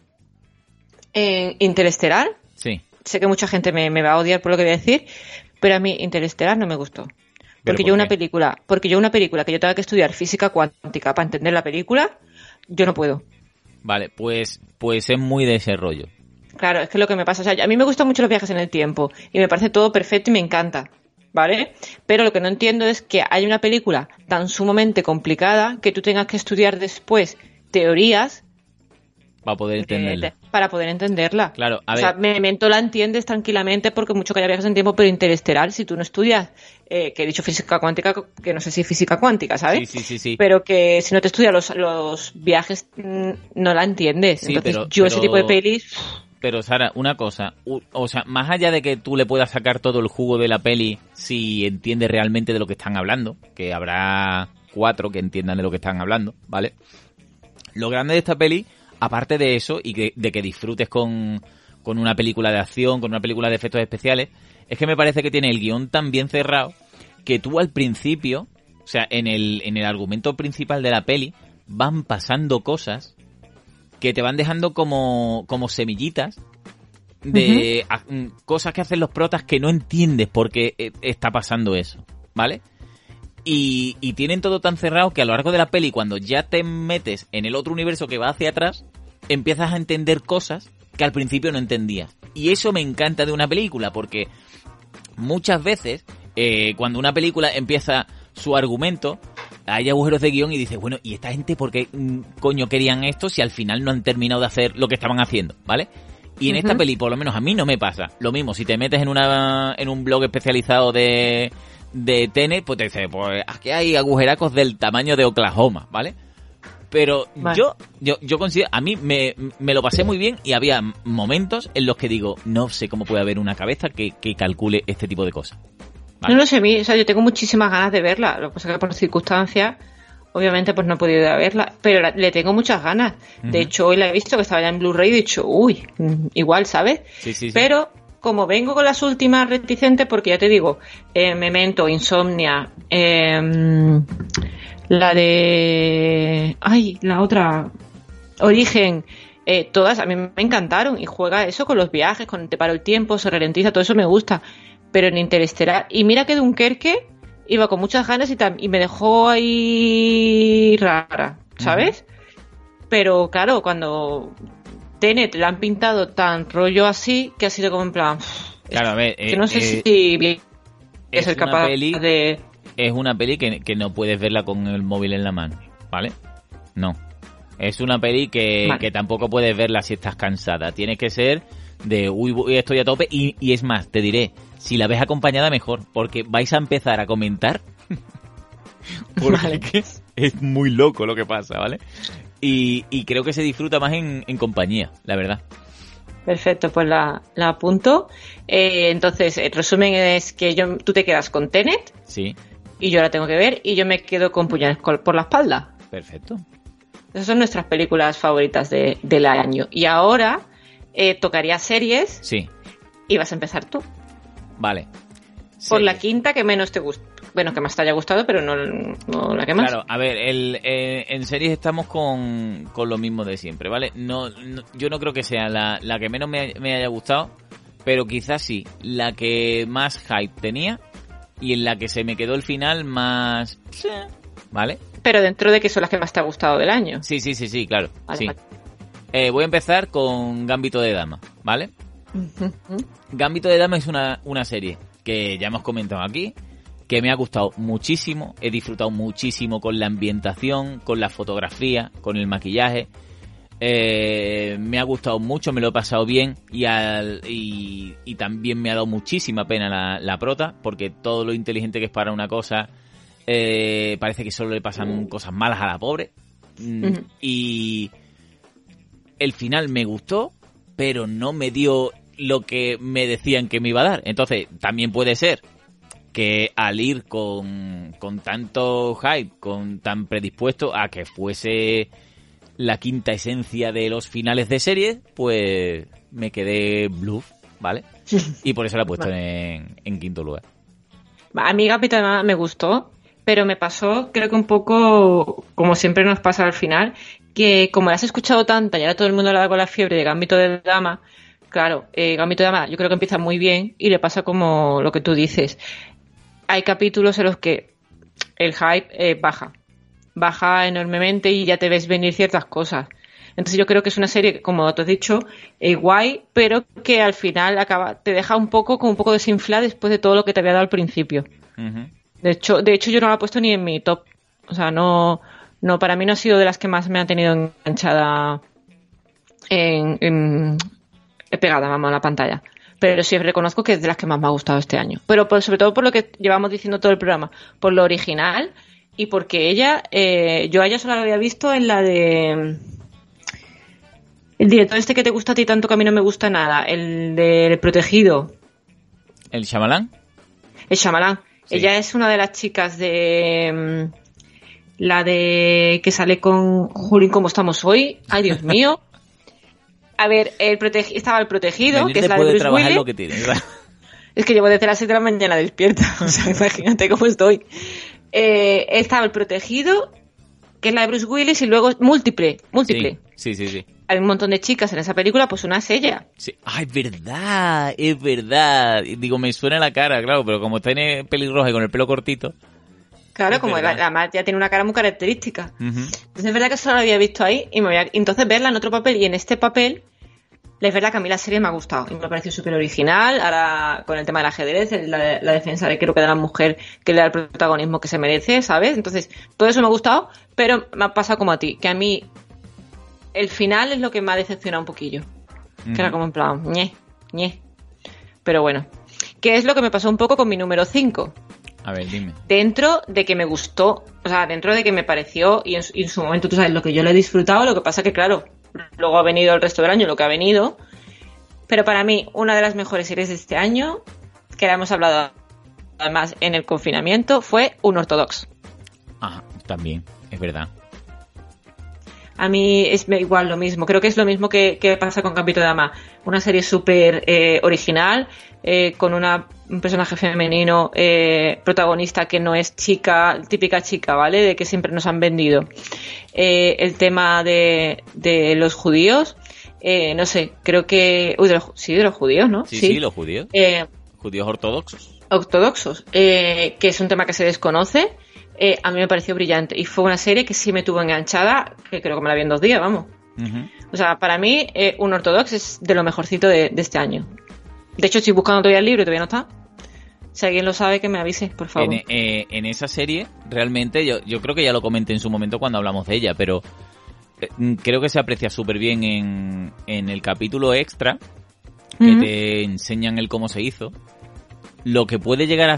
en Interestelar. Sí. Sé que mucha gente me, me va a odiar por lo que voy a decir, pero a mí Interestelar no me gustó. Porque yo una película, porque yo una película que yo tenga que estudiar física cuántica para entender la película, yo no puedo. Vale, pues, pues es muy de ese rollo. Claro, es que es lo que me pasa. O sea, a mí me gustan mucho los viajes en el tiempo y me parece todo perfecto y me encanta, ¿vale? Pero lo que no entiendo es que hay una película tan sumamente complicada que tú tengas que estudiar después teorías para poder entenderla. Para poder entenderla. Claro, a o ver. sea, Memento la entiendes tranquilamente porque mucho que haya viajes en tiempo, pero Interestelar, si tú no estudias, eh, que he dicho física cuántica, que no sé si física cuántica, ¿sabes? Sí, sí, sí, sí. Pero que si no te estudias los, los viajes, no la entiendes. Sí, Entonces, pero, yo pero, ese tipo de pelis... Pero, Sara, una cosa, o sea, más allá de que tú le puedas sacar todo el jugo de la peli si entiendes realmente de lo que están hablando, que habrá cuatro que entiendan de lo que están hablando, ¿vale? Lo grande de esta peli, aparte de eso, y que, de que disfrutes con, con una película de acción, con una película de efectos especiales, es que me parece que tiene el guión tan bien cerrado que tú al principio, o sea, en el, en el argumento principal de la peli, van pasando cosas que te van dejando como, como semillitas de uh-huh. a, cosas que hacen los protas que no entiendes por qué está pasando eso, ¿vale? Y, y tienen todo tan cerrado que a lo largo de la peli, cuando ya te metes en el otro universo que va hacia atrás, empiezas a entender cosas que al principio no entendías. Y eso me encanta de una película, porque muchas veces, eh, cuando una película empieza su argumento, hay agujeros de guión y dices, bueno, ¿y esta gente por qué coño querían esto si al final no han terminado de hacer lo que estaban haciendo, ¿vale? Y en uh-huh. esta peli, por lo menos a mí no me pasa. Lo mismo, si te metes en una en un blog especializado de... de Tenet, pues te dice, pues aquí hay agujeracos del tamaño de Oklahoma, ¿vale? Pero vale. yo, yo, yo considero, a mí me, me lo pasé muy bien y había momentos en los que digo, no sé cómo puede haber una cabeza que, que calcule este tipo de cosas. ¿Vale? No lo sé, o sea, yo tengo muchísimas ganas de verla, lo que pasa es que por circunstancias, obviamente pues no he podido ir a verla, pero la, le tengo muchas ganas. Uh-huh. De hecho, hoy la he visto que estaba ya en Blu-ray y he dicho, uy, igual, ¿sabes? Sí, sí, sí. Pero como vengo con las últimas reticentes, porque ya te digo, eh, Memento, Insomnia, eh, la de... Ay, la otra, Origen, eh, todas a mí me encantaron y juega eso con los viajes, con te paro el tiempo, se ralentiza, todo eso me gusta, pero en Interestelar, y mira que Dunkerque iba con muchas ganas y, tam- y me dejó ahí rara, ¿sabes? Uh-huh. Pero claro, cuando... Tenet la han pintado tan rollo así que ha sido como en plan... Claro, a ver... Que eh, no sé eh, si es ser capaz peli, de... Es una peli que, que no puedes verla con el móvil en la mano, ¿vale? No. Es una peli que, vale. que tampoco puedes verla si estás cansada. Tienes que ser de, uy, estoy a tope. Y, y es más, te diré, si la ves acompañada mejor, porque vais a empezar a comentar Porque Vale. es muy loco lo que pasa, ¿vale? Y, y creo que se disfruta más en, en compañía, la verdad. Perfecto, pues la, la apunto. Eh, entonces, el resumen es que yo, tú te quedas con Tenet Sí, y yo la tengo que ver y yo me quedo con Puñales col- por la espalda. perfecto. Esas son nuestras películas favoritas de, del año. Y ahora eh, tocaría series Sí, y vas a empezar tú. vale. Por Series. la quinta que menos te gusta. Bueno, que más te haya gustado, pero no, no la que más. Claro, a ver, el, eh, en series estamos con, con lo mismo de siempre, ¿vale? No, no- yo no creo que sea la, la que menos me, me haya gustado, pero quizás sí, la que más hype tenía y en la que se me quedó el final más... ¿Vale? Pero dentro de que son las que más te ha gustado del año. Sí, sí, sí, sí, claro. Vale, sí. vale. Eh, voy a empezar con Gambito de Dama, ¿vale? Gambito de Dama es una, una serie que ya hemos comentado aquí, que me ha gustado muchísimo, he disfrutado muchísimo con la ambientación, con la fotografía, con el maquillaje. Eh, me ha gustado mucho, me lo he pasado bien y, al, y, y también me ha dado muchísima pena la, la prota, porque todo lo inteligente que es para una cosa, eh, parece que solo le pasan cosas malas a la pobre. Mm, Ujú. Y el final me gustó, pero no me dio lo que me decían que me iba a dar. Entonces, también puede ser que al ir con, con tanto hype, con tan predispuesto a que fuese la quinta esencia de los finales de serie, pues me quedé bluff, ¿vale? Y por eso la he puesto en, en quinto lugar. A mí Gambito de Dama me gustó, pero me pasó, creo que un poco, como siempre nos pasa al final, que como la has escuchado tanta y ahora todo el mundo la da con la fiebre de Gambito de Dama, claro, eh, Gambito de Dama yo creo que empieza muy bien y le pasa como lo que tú dices. Hay capítulos en los que el hype eh, baja, baja enormemente y ya te ves venir ciertas cosas. Entonces yo creo que es una serie, como te has dicho, eh, guay, pero que al final acaba, te deja un poco como un poco desinflada después de todo lo que te había dado al principio. Uh-huh. De hecho, de hecho yo no la he puesto ni en mi top. O sea, no, no, para mí no ha sido de las que más me han tenido enganchada en, en pegada, vamos, a la pantalla. Pero sí reconozco que es de las que más me ha gustado este año. Pero por, sobre todo por lo que llevamos diciendo todo el programa, por lo original y porque ella, eh, yo a ella solo la había visto en la de el director este que te gusta a ti tanto que a mí no me gusta nada, el del Protegido, ¿El Shyamalan? el Shyamalan. Sí. Ella es una de las chicas de mm, la de que sale con Julín, ¿cómo estamos hoy? Ay, Dios mío. A ver, el protegi- estaba el Protegido, Venir que es la de después de Bruce trabajar Willis. lo que tiene, ¿verdad? Es que llevo desde las seis de la mañana despierta, o sea, imagínate cómo estoy. Eh, estaba el Protegido, que es la de Bruce Willis, y luego Múltiple, Múltiple. Sí, sí, sí, sí. Hay un montón de chicas en esa película, pues una es ella. Sí. Ah, es verdad, es verdad. Digo, me suena la cara, claro, pero como tiene pelirroja y con el pelo cortito. Claro, Es como verdad. la, además ya tiene una cara muy característica. Uh-huh. Entonces es verdad que solo la había visto ahí y me voy a... entonces verla en otro papel y en este papel, es verdad que a mí la serie me ha gustado y me ha parecido súper original. Ahora con el tema del ajedrez, el- la, la defensa de creo que de la mujer que le da el protagonismo que se merece, ¿sabes? Entonces todo eso me ha gustado, pero me ha pasado como a ti, que a mí el final es lo que me ha decepcionado un poquillo. Uh-huh. Que era como en plan, ñe, ñe. Pero bueno, que es lo que me pasó un poco con mi número cinco. A ver, dime. Dentro de que me gustó, o sea, dentro de que me pareció, y en, su- y en su momento, tú sabes, lo que yo lo he disfrutado, lo que pasa que, claro, luego ha venido el resto del año lo que ha venido, pero para mí, una de las mejores series de este año, que la hemos hablado además en el confinamiento, fue Unorthodox. Ah, también, es verdad. A mí es me- igual lo mismo, creo que es lo mismo que, que pasa con Gambito de Dama, una serie súper eh, original, eh, con una, un personaje femenino eh, protagonista que no es chica, típica chica, ¿vale? De que siempre nos han vendido. Eh, el tema de, de los judíos, eh, no sé, creo que... Uy, de los, sí, de los judíos, ¿no? Sí, sí, los judíos. Eh, Judíos ortodoxos. ortodoxos, eh, que es un tema que se desconoce. Eh, a mí me pareció brillante y fue una serie que sí me tuvo enganchada, que creo que me la vi en dos días, vamos. Uh-huh. O sea, para mí, eh, Unorthodox es de lo mejorcito de, de este año. De hecho, estoy buscando todavía el libro y todavía no está. Si alguien lo sabe, que me avise, por favor. En, eh, en esa serie, realmente, yo, yo creo que ya lo comenté en su momento cuando hablamos de ella, pero eh, creo que se aprecia súper bien en, en el capítulo extra, que Ujú. te enseñan el cómo se hizo, lo que puede llegar a ser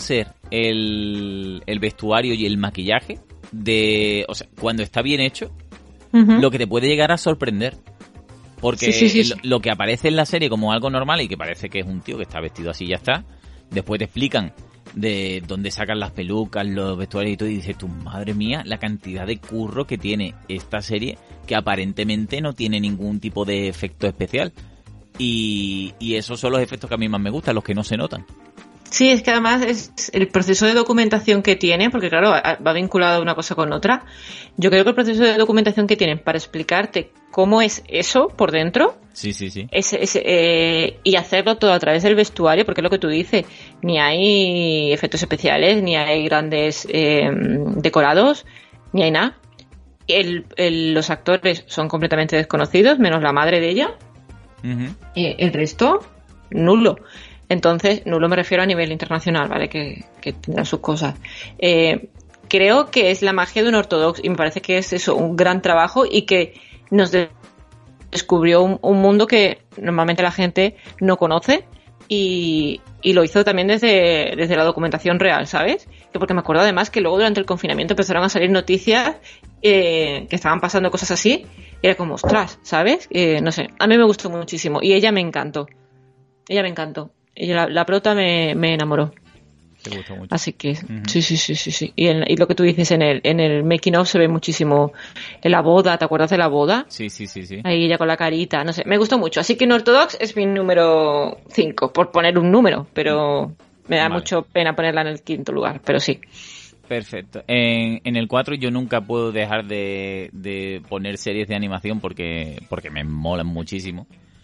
el, el vestuario y el maquillaje de, o sea, cuando está bien hecho, Uh-huh. lo que te puede llegar a sorprender. Porque Sí, sí, sí, lo, sí. lo que aparece en la serie como algo normal y que parece que es un tío que está vestido así y ya está, después te explican de dónde sacan las pelucas, los vestuarios y todo, y dices tú, madre mía, la cantidad de curro que tiene esta serie, que aparentemente no tiene ningún tipo de efecto especial. Y, y esos son los efectos que a mí más me gustan, los que no se notan. Sí, es que además es el proceso de documentación que tiene, porque claro, va vinculado una cosa con otra. Yo creo que el proceso de documentación que tienen para explicarte cómo es eso por dentro, Sí, sí, sí. es, es, eh, y hacerlo todo a través del vestuario, porque es lo que tú dices, ni hay efectos especiales, ni hay grandes eh, decorados, ni hay nada. El, el, los actores son completamente desconocidos, menos la madre de ella. Uh-huh. Eh, el resto, nulo. Entonces, nulo me refiero a nivel internacional, ¿vale? Que, que tendrán sus cosas. Eh, creo que es la magia de un ortodoxo y me parece que es eso, un gran trabajo y que nos de- descubrió un, un mundo que normalmente la gente no conoce y, y lo hizo también desde, desde la documentación real, ¿sabes? Que porque me acuerdo además que luego durante el confinamiento empezaron a salir noticias eh, que estaban pasando cosas así y era como, ostras, ¿sabes? Eh, no sé, a mí me gustó muchísimo y ella me encantó. Ella me encantó. Ella, la, la prota me, me enamoró. Te gustó mucho. Así que Uh-huh. sí, sí, sí, sí, sí. Y, en, y lo que tú dices en el en el making of se ve muchísimo en la boda, ¿te acuerdas de la boda? Sí, sí, sí, sí. Ahí ella con la carita, no sé, me gustó mucho. Así que Unorthodox es mi número cinco, por poner un número, pero me da Vale. mucho pena ponerla en el quinto lugar, pero sí. Perfecto. En, en el cuatro yo nunca puedo dejar de, de poner series de animación porque, porque me molan muchísimo.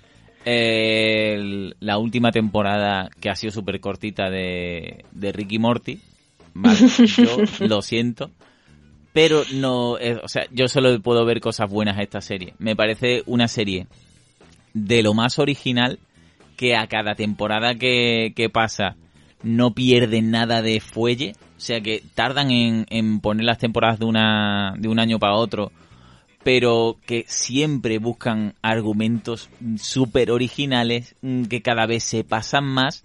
El, la última temporada que ha sido súper cortita de, de Rick y Morty, vale, yo lo siento, pero no, eh, o sea, yo solo puedo ver cosas buenas a esta serie. Me parece una serie de lo más original, que a cada temporada que, que pasa no pierde nada de fuelle, o sea que tardan en, en poner las temporadas de una de un año para otro, pero que siempre buscan argumentos súper originales, que cada vez se pasan más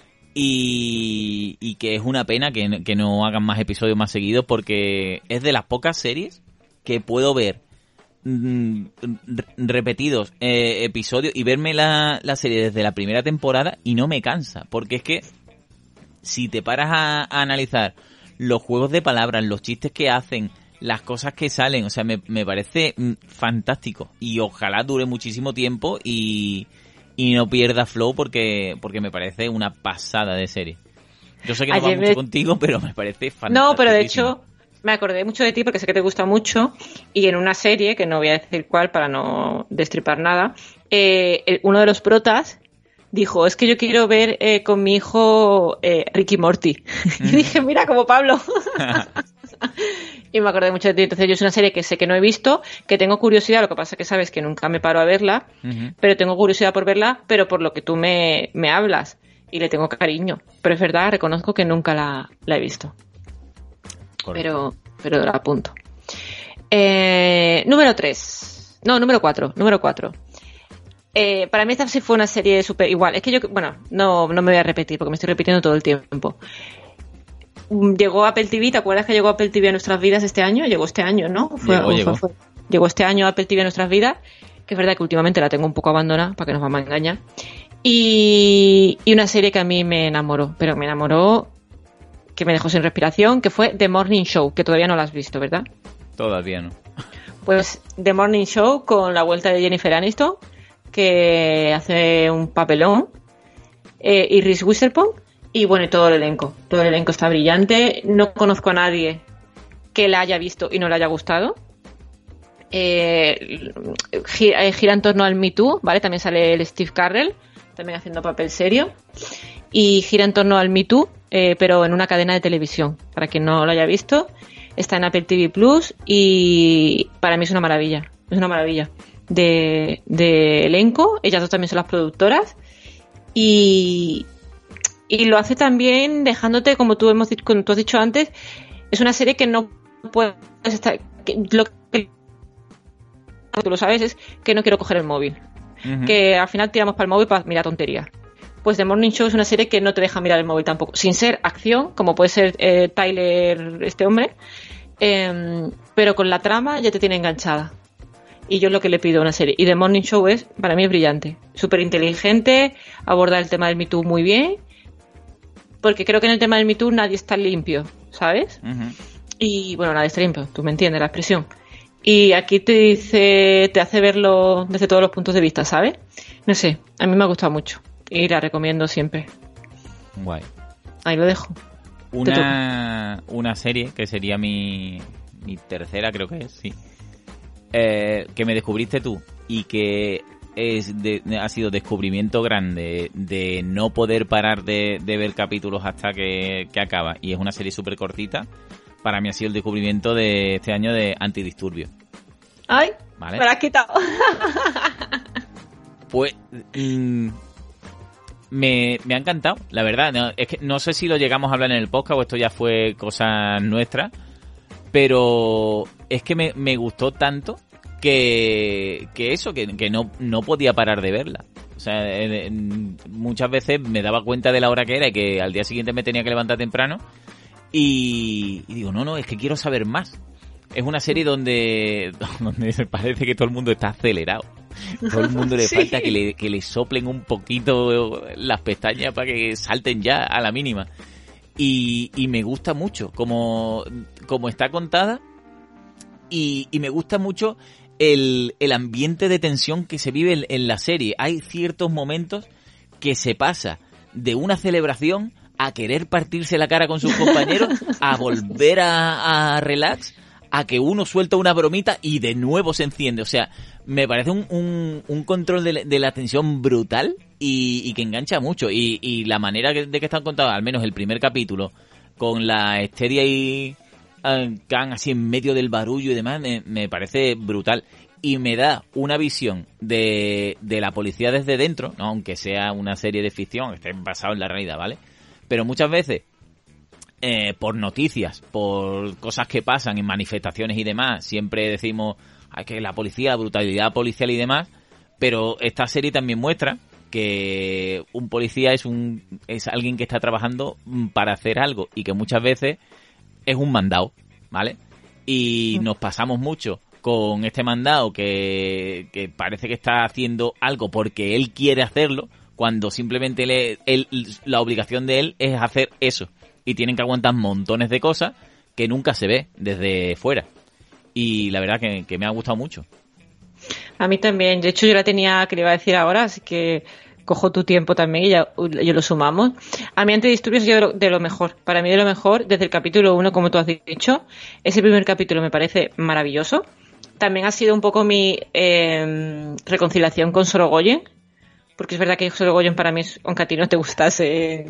y, y que es una pena que, que no hagan más episodios más seguidos porque es de las pocas series que puedo ver mm, repetidos eh, episodios y verme la, la serie desde la primera temporada y no me cansa, porque es que si te paras a, a analizar los juegos de palabras, los chistes que hacen, las cosas que salen, o sea, me, me parece mm, fantástico y ojalá dure muchísimo tiempo y, y no pierda flow porque porque me parece una pasada de serie. Yo sé que no Ayer va mucho me... contigo, pero me parece fantástico. No, pero de hecho me acordé mucho de ti porque sé que te gusta mucho y en una serie, que no voy a decir cuál para no destripar nada, eh, el, uno de los protas dijo, es que yo quiero ver eh, con mi hijo eh, Ricky Morty. Mm. Y dije, mira, como Pablo. Y me acordé mucho de ti. Entonces yo es una serie que sé que no he visto, que tengo curiosidad, lo que pasa es que sabes que nunca me paro a verla, uh-huh. pero tengo curiosidad por verla, pero por lo que tú me, me hablas y le tengo cariño. Pero es verdad, reconozco que nunca la, la he visto. Correcto. Pero, pero la apunto. Eh, número tres. No, número cuatro. Número cuatro. Eh, para mí esta sí fue una serie súper igual. Es que yo, bueno, no, no me voy a repetir porque me estoy repitiendo todo el tiempo. Llegó Apple T V, ¿te acuerdas que llegó Apple T V a nuestras vidas este año? Llegó este año, ¿no? Fue, llegó, fue, llegó. Fue, llegó este año Apple T V a nuestras vidas, que es verdad que últimamente la tengo un poco abandonada, para que nos vamos a engañar. Y, y una serie que a mí me enamoró, pero me enamoró, que me dejó sin respiración, que fue The Morning Show, que todavía no la has visto, ¿verdad? Todavía no. Pues The Morning Show con la vuelta de Jennifer Aniston, que hace un papelón, eh, y Reese Witherspoon. Y bueno, y todo el elenco. Todo el elenco está brillante. No conozco a nadie que la haya visto y no le haya gustado. Eh, gira, gira en torno al Me Too, ¿vale? También sale el Steve Carell, también haciendo papel serio. Y gira en torno al Me Too, eh, pero en una cadena de televisión. Para quien no lo haya visto, está en Apple T V Plus y para mí es una maravilla. Es una maravilla de, de elenco. Ellas dos también son las productoras. Y... Y lo hace también dejándote, como tú, hemos, como tú has dicho antes, es una serie que no puedes estar... Que lo que tú lo sabes es que no quiero coger el móvil. Uh-huh. Que al final tiramos para el móvil para mirar tonterías. pues The Morning Show es una serie que no te deja mirar el móvil tampoco, sin ser acción, como puede ser eh, Tyler, este hombre, eh, pero con la trama ya te tiene enganchada. Y yo es lo que le pido a una serie. Y The Morning Show es, para mí es brillante, súper inteligente, aborda el tema del Me Too muy bien, porque creo que en el tema del Me Too nadie está limpio, ¿sabes? Uh-huh. Y bueno, nadie está limpio, tú me entiendes la expresión. Y aquí te dice, te hace verlo desde todos los puntos de vista, ¿sabes? No sé, a mí me ha gustado mucho y la recomiendo siempre. Guay. Ahí lo dejo. Una, una serie que sería mi, mi tercera, creo que es, sí. Eh, que me descubriste tú y que es de, ha sido descubrimiento grande de no poder parar de, de ver capítulos hasta que, que acaba. Y es una serie súper cortita. Para mí ha sido el descubrimiento de este año de Antidisturbios. ¡Ay! ¿Vale? Me lo has quitado. Pues mmm, me, me ha encantado, la verdad. No, es que no sé si lo llegamos a hablar en el podcast o esto ya fue cosa nuestra, pero es que me, me gustó tanto que, que eso, que, que no, no podía parar de verla. O sea, eh, muchas veces me daba cuenta de la hora que era y que al día siguiente me tenía que levantar temprano. Y, y digo, no, no, es que quiero saber más. Es una serie donde, donde parece que todo el mundo está acelerado. Todo el mundo le sí. falta que le, que le soplen un poquito las pestañas para que salten ya a la mínima. Y, y me gusta mucho como, como está contada. Y, y me gusta mucho el, el ambiente de tensión que se vive en, en la serie. Hay ciertos momentos que se pasa de una celebración a querer partirse la cara con sus compañeros, a volver a, a relax, a que uno suelta una bromita y de nuevo se enciende. O sea, me parece un, un, un control de, de la tensión brutal y, y que engancha mucho. Y, y la manera de que están contados, al menos el primer capítulo, con la Esteria y uh, Khan así en medio del barullo y demás, me, me parece brutal. Y me da una visión de, de la policía desde dentro, ¿no? Aunque sea una serie de ficción, esté basado en la realidad, ¿vale? Pero muchas veces, eh, por noticias, por cosas que pasan en manifestaciones y demás, siempre decimos hay que la policía, la brutalidad policial y demás, pero esta serie también muestra que un policía es un es alguien que está trabajando para hacer algo y que muchas veces es un mandado, ¿vale? Y nos pasamos mucho con este mandado que, que parece que está haciendo algo porque él quiere hacerlo, cuando simplemente le, él, la obligación de él es hacer eso. Y tienen que aguantar montones de cosas que nunca se ve desde fuera. Y la verdad que, que me ha gustado mucho. A mí también. De hecho, yo la tenía que le iba a decir ahora, así que cojo tu tiempo también y ya yo lo sumamos. A mí Antidisturbios es de lo, de lo mejor. Para mí de lo mejor, desde el capítulo uno, como tú has dicho. Ese primer capítulo me parece maravilloso. También ha sido un poco mi eh, reconciliación con Sorogoyen. Porque es verdad que Sorogoyen para mí es, aunque a ti no te gustase,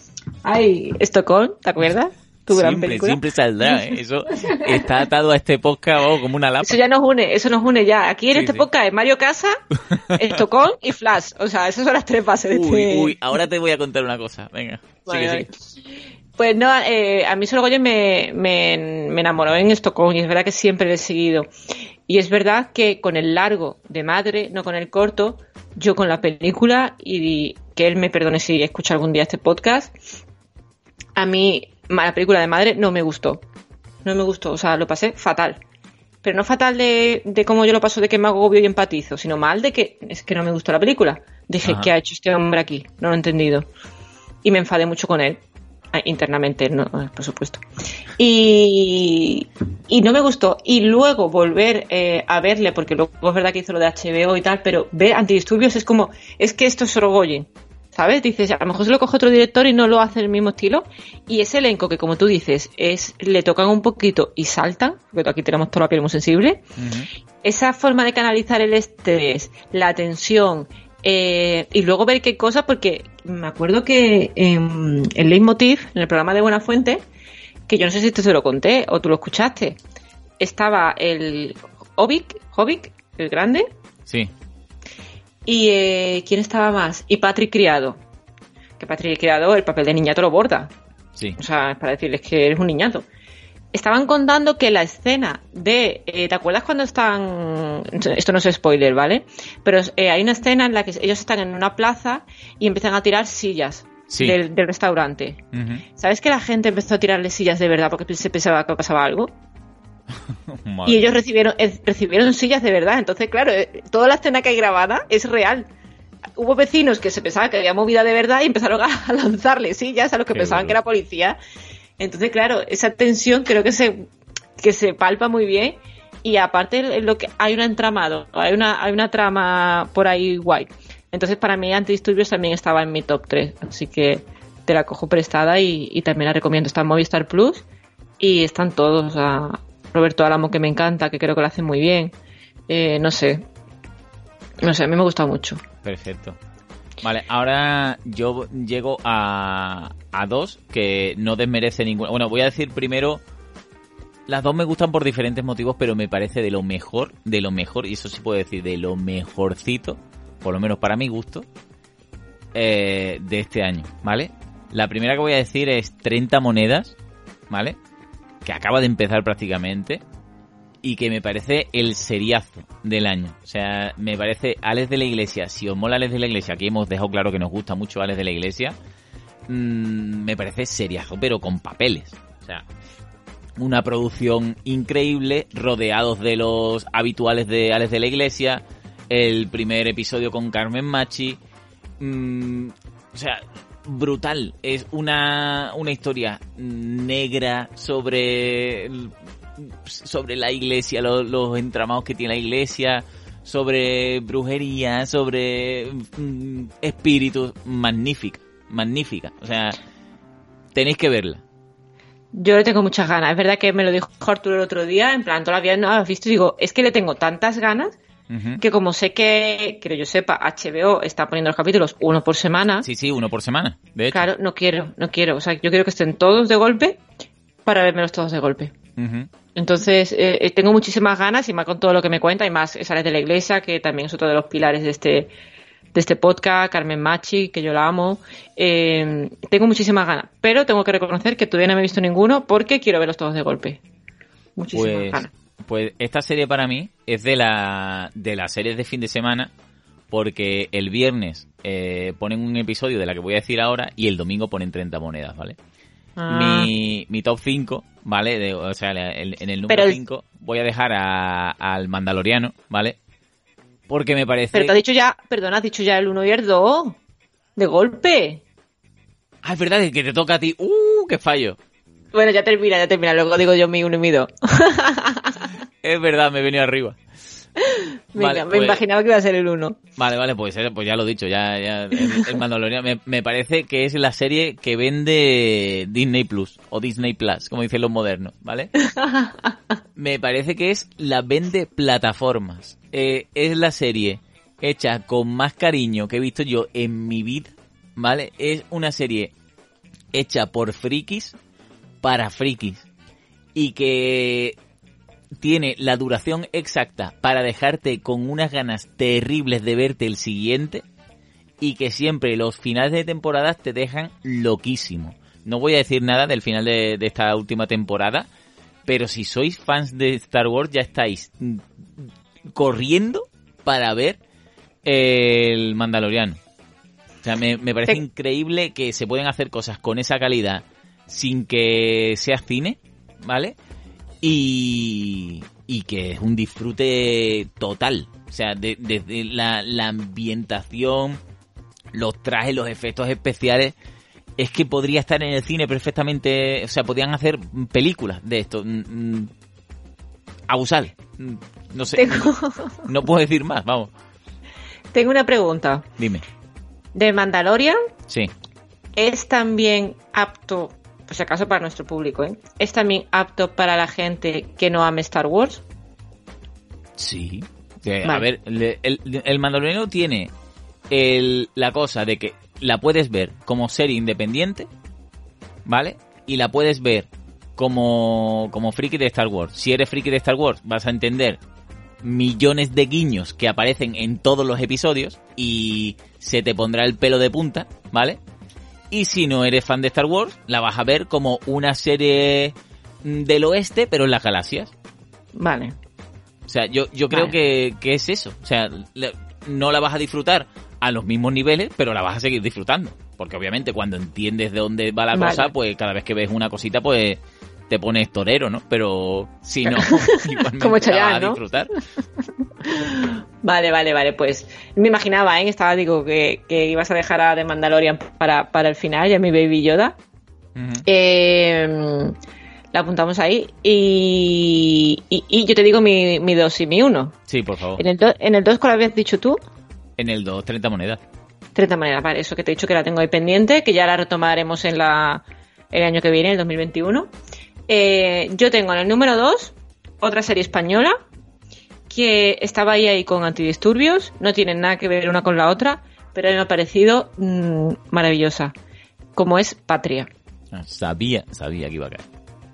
ay, Estocolm, ¿te acuerdas? Tu gran siempre, película. Siempre saldrá, ¿eh? Eso está atado a este podcast oh, como una lámpara. Eso ya nos une, eso nos une ya. Aquí en sí, este sí. podcast es Mario Casas, Estocolm y Flash. O sea, esas son las tres bases de uy, este... Uy, ahora te voy a contar una cosa, venga. Vale, sigue, vale. sigue. Pues no, eh, a mí Sorogoyen me, me, me enamoró en Estocolm y es verdad que siempre le he seguido. Y es verdad que con el largo de Madre, no con el corto, yo con la película, y que él me perdone si escucha algún día este podcast, a mí la película de Madre no me gustó. No me gustó, o sea, lo pasé fatal. Pero no fatal de, de cómo yo lo paso, de que me agobio y empatizo, sino mal de que es que no me gustó la película. Dije, ajá, ¿qué ha hecho este hombre aquí? No lo he entendido. Y me enfadé mucho con él. Internamente, no, por supuesto. Y, y no me gustó. Y luego volver eh, a verle, porque luego es verdad que hizo lo de H B O y tal, pero ver Antidisturbios es como, es que esto es Sorogoyen, ¿sabes? Dices, a lo mejor se lo coge otro director y no lo hace el mismo estilo. Y ese elenco que, como tú dices, es le tocan un poquito y saltan, porque aquí tenemos toda la piel muy sensible. Uh-huh. Esa forma de canalizar el estrés, la tensión, Eh, y luego ver qué cosas, porque me acuerdo que en el Leitmotiv, en el programa de Buenafuente, que yo no sé si te se lo conté o tú lo escuchaste, estaba el Jovic, Jovic, el grande. Sí. Y eh, ¿quién estaba más? Y Patrick Criado. Que Patrick Criado, el papel de niñato lo borda. Sí. O sea, es para decirles que eres un niñato. estaban contando que la escena de... Eh, ¿te acuerdas cuando están...? Esto no es spoiler, ¿vale? Pero eh, hay una escena en la que ellos están en una plaza y empiezan a tirar sillas sí. del, del restaurante. Uh-huh. ¿Sabes que la gente empezó a tirarle sillas de verdad porque se pensaba que pasaba algo? Y ellos recibieron, eh, recibieron sillas de verdad. Entonces, claro, eh, toda la escena que hay grabada es real. Hubo vecinos que se pensaban que había movida de verdad y empezaron a lanzarle sillas a los que Qué pensaban bueno. que era policía. Entonces, claro, esa tensión creo que se que se palpa muy bien y aparte lo que hay un entramado, hay una hay una trama por ahí guay. Entonces, para mí Antidisturbios también estaba en mi top tres, así que te la cojo prestada y, y también la recomiendo. Está en Movistar Plus y están todos. O sea, Roberto Álamo, que me encanta, que creo que lo hace muy bien. Eh, no sé, no sé, a mí me gusta mucho. Perfecto. Vale, ahora yo llego a, a dos que no desmerece ninguna. Bueno, voy a decir primero, las dos me gustan por diferentes motivos, pero me parece de lo mejor, de lo mejor, y eso sí puedo decir, de lo mejorcito, por lo menos para mi gusto, eh, de este año, ¿vale? La primera que voy a decir es treinta monedas, ¿vale? Que acaba de empezar prácticamente. Y que me parece el seriazo del año. O sea, me parece Alex de la Iglesia. Si os mola Alex de la Iglesia, aquí hemos dejado claro que nos gusta mucho Alex de la Iglesia. Mmm, me parece seriazo, pero con papeles. O sea, una producción increíble, rodeados de los habituales de Alex de la Iglesia. El primer episodio con Carmen Machi. Mmm, o sea, brutal. Es una, una historia negra sobre... El, sobre la iglesia, los, los entramados que tiene la iglesia, sobre brujería, sobre mm, espíritus, magnífica, magnífica, o sea, tenéis que verla. Yo le tengo muchas ganas, es verdad que me lo dijo Arturo el otro día, en plan, todavía no has visto, y digo, es que le tengo tantas ganas, uh-huh. que como sé que, que yo sepa, H B O está poniendo los capítulos uno por semana. Sí, sí, uno por semana, de hecho. Claro, no quiero, no quiero, o sea, yo quiero que estén todos de golpe para vermelos todos de golpe. Uh-huh. Entonces, eh, tengo muchísimas ganas y más con todo lo que me cuenta y más Alex de la Iglesia, que también es otro de los pilares de este de este podcast, Carmen Machi, que yo la amo. Eh, tengo muchísimas ganas, pero tengo que reconocer que todavía no me he visto ninguno porque quiero verlos todos de golpe. Muchísimas pues, ganas. Pues esta serie para mí es de la de las series de fin de semana porque el viernes eh, ponen un episodio de la que voy a decir ahora y el domingo ponen treinta monedas, ¿vale? Ah. Mi, mi top cinco, ¿vale? De, o sea, el, en el número cinco voy a dejar a, al Mandaloriano, ¿vale? Porque me parece... Pero te has dicho ya, perdona, has dicho ya el uno y el dos. De golpe. Ah, es verdad, que te toca a ti. ¡Uh, qué fallo! Bueno, ya termina, ya termina. Luego digo yo mi uno y mi dos. Es verdad, me he venido arriba. Venga, vale, me pues, imaginaba que iba a ser el uno. Vale, vale, pues, pues ya lo he dicho, ya, ya el, el Mandaloriano me, me parece que es la serie que vende Disney Plus o Disney Plus, como dicen los modernos, ¿vale? Me parece que es la vende plataformas. Eh, es la serie hecha con más cariño que he visto yo en mi vida, ¿vale? Es una serie hecha por frikis para frikis y que tiene la duración exacta para dejarte con unas ganas terribles de verte el siguiente y que siempre los finales de temporadas te dejan loquísimo. No voy a decir nada del final de, de esta última temporada, pero si sois fans de Star Wars ya estáis corriendo para ver el Mandaloriano. O sea, me, me parece sí. increíble que se pueden hacer cosas con esa calidad sin que sea cine, ¿vale? Y, y que es un disfrute total. O sea, desde de, de la, la ambientación, los trajes, los efectos especiales, es que podría estar en el cine perfectamente. O sea, podrían hacer películas de esto. Abusar. No sé. Tengo... No, no puedo decir más, vamos. Tengo una pregunta. Dime. ¿De Mandalorian? Sí. ¿Es también apto, por si acaso para nuestro público, ¿eh? ¿Es también apto para la gente que no ame Star Wars? Sí. Eh, vale. A ver, el, el, el Mandaloriano tiene el, la cosa de que la puedes ver como serie independiente, ¿vale? Y la puedes ver como, como friki de Star Wars. Si eres friki de Star Wars, vas a entender millones de guiños que aparecen en todos los episodios y se te pondrá el pelo de punta, ¿vale? Y si no eres fan de Star Wars, la vas a ver como una serie del oeste, pero en las galaxias. Vale. O sea, yo, yo creo Vale. que, que es eso. O sea, le- no la vas a disfrutar a los mismos niveles, pero la vas a seguir disfrutando. Porque obviamente cuando entiendes de dónde va la Vale. cosa, pues cada vez que ves una cosita, pues te pones torero, ¿no? Pero si no, igualmente Como la Chayanne, vas a ¿no? disfrutar. Vale, vale, vale. Pues me imaginaba, ¿eh? Estaba, digo, que, que ibas a dejar a The Mandalorian para, para el final, ya mi Baby Yoda. Ujú. Eh, la apuntamos ahí. Y, y, y yo te digo mi, mi dos y mi uno. Sí, por favor. En el, do, en el dos, ¿cuál habías dicho tú? En el dos, treinta monedas. treinta maneras, vale. Eso que te he dicho que la tengo ahí pendiente, que ya la retomaremos en la el año que viene, el dos mil veintiuno. Eh, yo tengo en el número dos otra serie española que estaba ahí, ahí con Antidisturbios. No tienen nada que ver una con la otra, pero a mí me ha parecido mmm, maravillosa. Como es Patria. Ah, Sabía, sabía que iba a caer.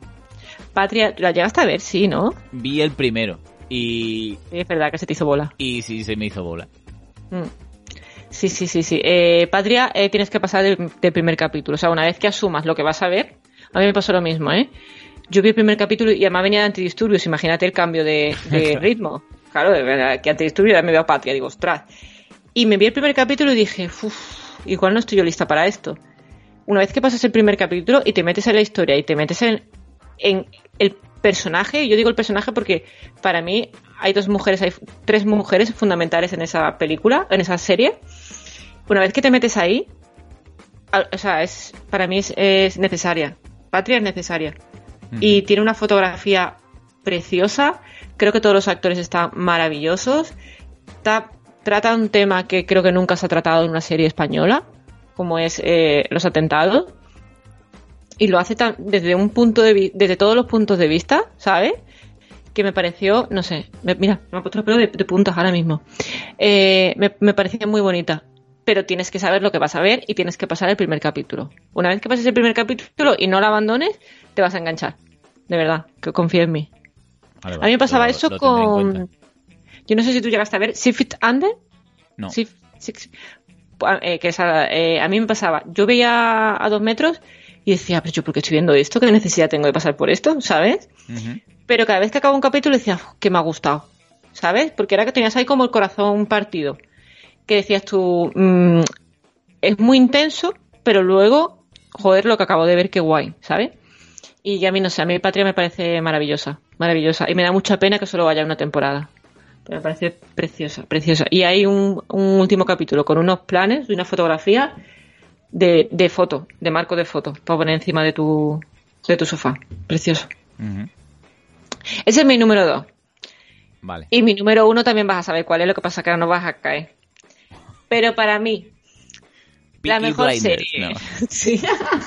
Patria, ¿la llegaste a ver? Sí, ¿no? Vi el primero y, Sí, es verdad que se te hizo bola. y sí se me hizo bola. Mm. Sí, sí, sí, sí. Eh, Patria, eh, tienes que pasar del, del primer capítulo. O sea, una vez que asumas lo que vas a ver, a mí me pasó lo mismo, ¿eh? Yo vi el primer capítulo y además venía de Antidisturbios. Imagínate el cambio de, de ritmo. Claro, de verdad, que Antidisturbios ya me veo a Patria. Digo, ostras. Y me vi el primer capítulo y dije, uff, igual no estoy yo lista para esto. Una vez que pasas el primer capítulo y te metes en la historia y te metes en, en el personaje, yo digo el personaje porque para mí hay dos mujeres, hay tres mujeres fundamentales en esa película, en esa serie. Una vez que te metes ahí, o sea, es para mí es, es necesaria. Patria es necesaria. Mm. Y tiene una fotografía preciosa. Creo que todos los actores están maravillosos. Está, trata un tema que creo que nunca se ha tratado en una serie española, como es eh, los atentados. Y lo hace tan, desde un punto de vi- desde todos los puntos de vista, ¿sabes? Que me pareció, no sé, me, mira, me ha puesto el pelo de, de puntas ahora mismo. Eh, me, me pareció muy bonita. Pero tienes que saber lo que vas a ver y tienes que pasar el primer capítulo. Una vez que pases el primer capítulo y no lo abandones, te vas a enganchar. De verdad, que confía en mí. Vale, a mí me pasaba lo, eso lo con... Yo no sé si tú llegaste a ver Six Feet Under. No. Six, six, eh, que esa, eh, a mí me pasaba. Yo veía a dos metros y decía, pero yo ¿por qué estoy viendo esto? ¿Qué necesidad tengo de pasar por esto? ¿Sabes? Uh-huh. Pero cada vez que acabo un capítulo decía, que me ha gustado. ¿Sabes? Porque era que tenías ahí como el corazón partido. Que decías tú, mmm, es muy intenso, pero luego, joder, lo que acabo de ver, qué guay, ¿sabes? Y a mí, no sé, a mí Patria me parece maravillosa, maravillosa. Y me da mucha pena que solo vaya una temporada. Pero me parece preciosa, preciosa. Y hay un, un último capítulo con unos planes y una fotografía de, de foto, de marco de foto, para poner encima de tu, de tu sofá. Precioso. Uh-huh. Ese es mi número dos. Vale. Y mi número uno también vas a saber cuál es, lo que pasa que ahora no vas a caer. Pero para mí, Peaky la mejor Blinders, serie. No. Sí.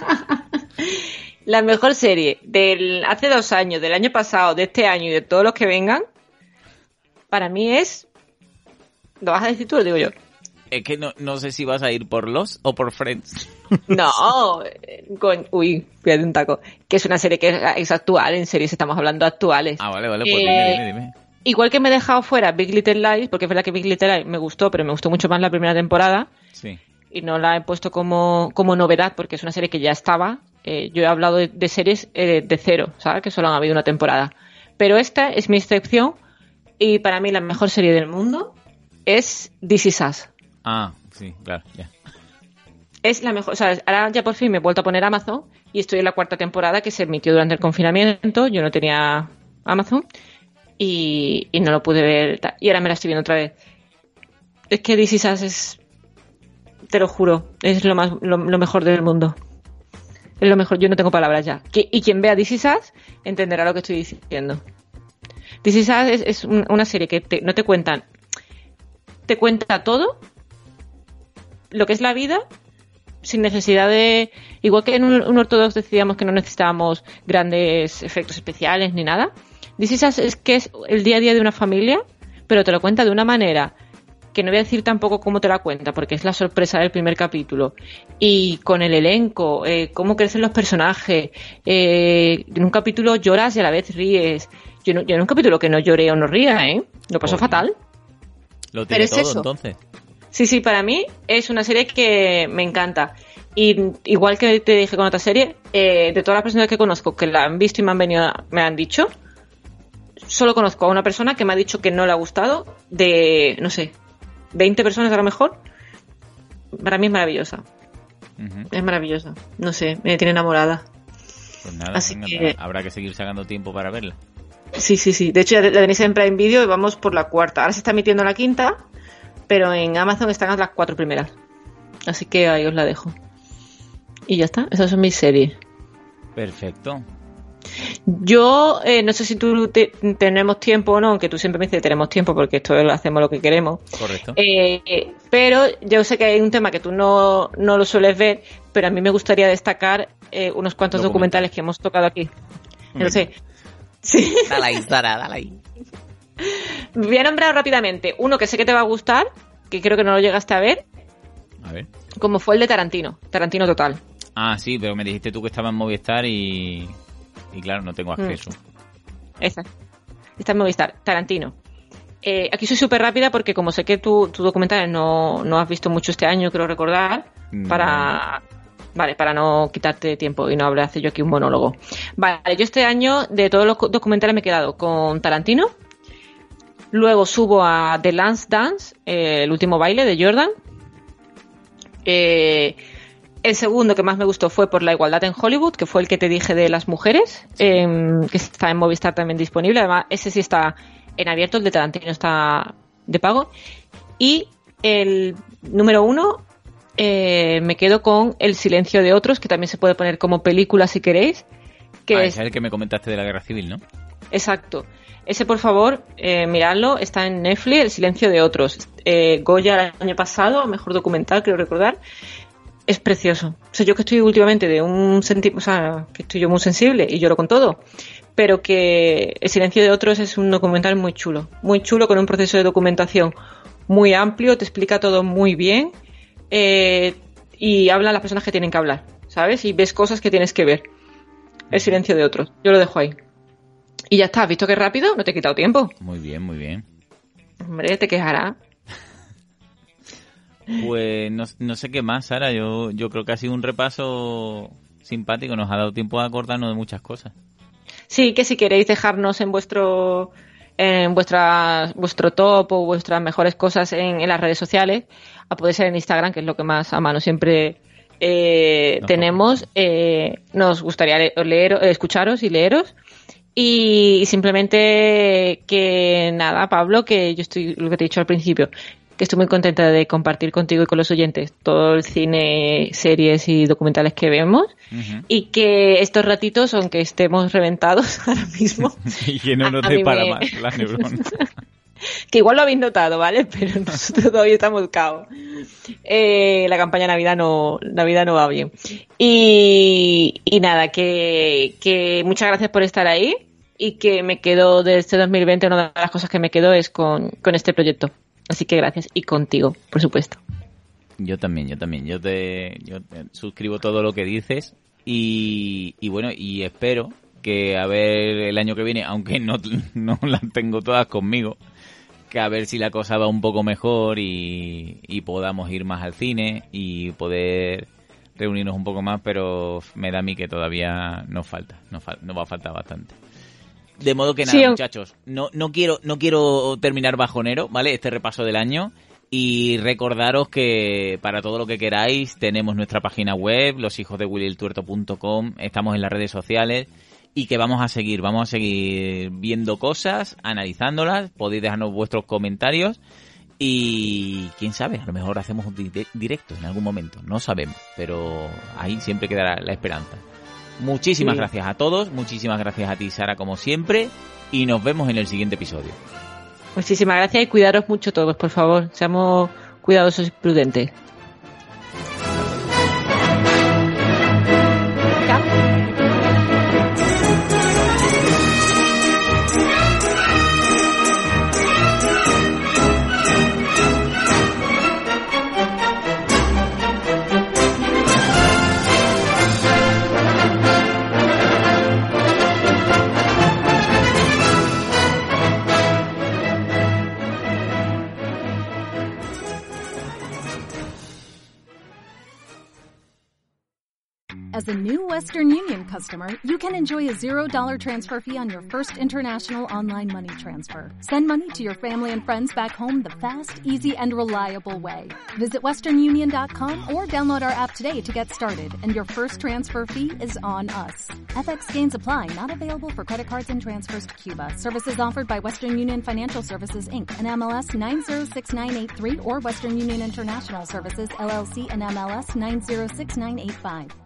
La mejor serie del hace dos años, del año pasado, de este año y de todos los que vengan, para mí es. ¿Lo vas a decir tú o lo digo yo? Es que no, no sé si vas a ir por Lost o por Friends. No, con, uy, fíjate un taco. Que es una serie que es, es actual, en series estamos hablando actuales. Ah, vale, vale, pues Eh, dime, dime, dime. Igual que me he dejado fuera Big Little Lies, porque es verdad que Big Little Lies me gustó, pero me gustó mucho más la primera temporada. Sí. Y no la he puesto como, como novedad, porque es una serie que ya estaba. Eh, yo he hablado de, de series eh, de cero, ¿sabes? Que solo han habido una temporada. Pero esta es mi excepción, y para mí la mejor serie del mundo es This Is Us. Ah, sí, claro, ya. Es la mejor, o sea, ahora ya por fin me he vuelto a poner Amazon, y estoy en la cuarta temporada que se emitió durante el confinamiento. Yo no tenía Amazon, y, y no lo pude ver, y ahora me la estoy viendo otra vez. Es que This Is Us es... Te lo juro, es lo más lo, lo mejor del mundo. Es lo mejor, yo no tengo palabras ya. Que, y quien vea This Is Us entenderá lo que estoy diciendo. This Is Us es, es un, una serie que te, no te cuentan. Te cuenta todo, lo que es la vida, sin necesidad de... Igual que en un, un ortodoxo decíamos que no necesitábamos grandes efectos especiales ni nada. This Is Us es que es el día a día de una familia, pero te lo cuenta de una manera... que no voy a decir tampoco cómo te la cuenta, porque es la sorpresa del primer capítulo, y con el elenco, eh, cómo crecen los personajes, eh, en un capítulo lloras y a la vez ríes. Yo, no, yo en un capítulo que no lloré o no ría, ¿eh? Lo pasó Joder. fatal. Lo tiene Pero es todo, eso. entonces. Sí, sí, para mí es una serie que me encanta. Y igual que te dije con otra serie, eh, de todas las personas que conozco que la han visto y me han venido, a, me han dicho, solo conozco a una persona que me ha dicho que no le ha gustado, de, no sé, veinte personas a lo mejor. Para mí es maravillosa. Uh-huh. Es maravillosa. No sé, me tiene enamorada. Pues nada, Así venga, que... habrá que seguir sacando tiempo para verla. Sí, sí, sí. De hecho, ya la tenéis en Prime Video y vamos por la cuarta. Ahora se está emitiendo la quinta, pero en Amazon están las cuatro primeras. Así que ahí os la dejo. Y ya está. Esas son mis series. Perfecto. Yo eh, no sé si tú te, tenemos tiempo o no, aunque tú siempre me dices que tenemos tiempo porque esto lo hacemos lo que queremos. Correcto. Eh, eh, pero yo sé que hay un tema que tú no, no lo sueles ver, pero a mí me gustaría destacar eh, unos cuantos Documental. documentales que hemos tocado aquí. No sé. Sí. Dale ahí, Sara, dale ahí. Voy a nombrar rápidamente uno que sé que te va a gustar, que creo que no lo llegaste a ver. A ver. Como fue el de Tarantino. Tarantino total. Ah, sí, pero me dijiste tú que estaba en Movistar y... Y claro, no tengo acceso. Mm. Esa. Está en Movistar. Tarantino. Eh, aquí soy súper rápida porque como sé que tú, tu documentales no, no has visto mucho este año, creo recordar, No. para... Vale, para no quitarte tiempo y no hablar, hacer yo aquí un monólogo. Vale, yo este año de todos los documentales me he quedado con Tarantino. Luego subo a The Last Dance, eh, el último baile de Jordan. Eh, el segundo que más me gustó fue Por la igualdad en Hollywood, que fue el que te dije de las mujeres, eh, que está en Movistar también disponible. Además, ese sí está en abierto, el de Tarantino está de pago. Y el número uno... Eh, me quedo con El silencio de otros, que también se puede poner como película si queréis. Que ah, es... es el que me comentaste de la Guerra Civil, ¿no? Exacto. Ese, por favor, eh, miradlo. Está en Netflix, El silencio de otros. Eh, Goya el año pasado, mejor documental, creo recordar. Es precioso. O sea, yo que estoy últimamente de un sentido, o sea, que estoy yo muy sensible y lloro con todo. Pero que El silencio de otros es un documental muy chulo. Muy chulo, con un proceso de documentación muy amplio. Te explica todo muy bien. Eh, y hablan las personas que tienen que hablar, ¿sabes? Y ves cosas que tienes que ver. El silencio de otros. Yo lo dejo ahí. Y ya está. ¿Has visto qué rápido? No te he quitado tiempo. Muy bien, muy bien. Hombre, te quejará. Pues no, no sé qué más, Sara. Yo, yo creo que ha sido un repaso simpático. Nos ha dado tiempo a acordarnos de muchas cosas. Sí, que si queréis dejarnos en vuestro... en vuestra, vuestro top o vuestras mejores cosas en, en las redes sociales, a poder ser en Instagram, que es lo que más a mano siempre eh, no, tenemos. Eh, nos gustaría leer, escucharos y leeros. Y simplemente que nada, Pablo, que yo estoy, lo que te he dicho al principio, que estoy muy contenta de compartir contigo y con los oyentes todo el cine, series y documentales que vemos. Uh-huh. Y que estos ratitos, aunque estemos reventados ahora mismo... y que no nos dé para me... más la neurona. Que igual lo habéis notado, ¿vale? Pero nosotros todavía estamos caos. Eh, la campaña Navidad no, Navidad no va bien. Y, y nada, que, que muchas gracias por estar ahí y que me quedo de este dos mil veinte, una de las cosas que me quedo es con, con este proyecto. Así que gracias. Y contigo, por supuesto. Yo también, yo también. Yo te, yo te suscribo todo lo que dices y, y bueno, y espero que a ver el año que viene, aunque no, no las tengo todas conmigo, que a ver si la cosa va un poco mejor y, y podamos ir más al cine y poder reunirnos un poco más, pero me da a mí que todavía nos falta, nos, fal- nos va a faltar bastante. De modo que nada, sí, muchachos, no, no quiero, no quiero terminar bajonero, ¿vale? Este repaso del año. Y recordaros que para todo lo que queráis tenemos nuestra página web, los hijos de willy el tuerto punto com, estamos en las redes sociales y que vamos a seguir, vamos a seguir viendo cosas, analizándolas, podéis dejarnos vuestros comentarios y quién sabe, a lo mejor hacemos un directo en algún momento, no sabemos, pero ahí siempre quedará la esperanza. Muchísimas sí. gracias a todos, muchísimas gracias a ti, Sara, como siempre, y nos vemos en el siguiente episodio. Muchísimas gracias y cuidaros mucho todos, por favor. Seamos cuidadosos y prudentes. As a new Western Union customer, you can enjoy a zero dollar transfer fee on your first international online money transfer. Send money to your family and friends back home the fast, easy, and reliable way. Visit western union dot com or download our app today to get started, and your first transfer fee is on us. F X gains apply, not available for credit cards and transfers to Cuba. Services offered by Western Union Financial Services, Incorporated and M L S nine zero six nine eight three or Western Union International Services, L L C and M L S nine zero six nine eight five.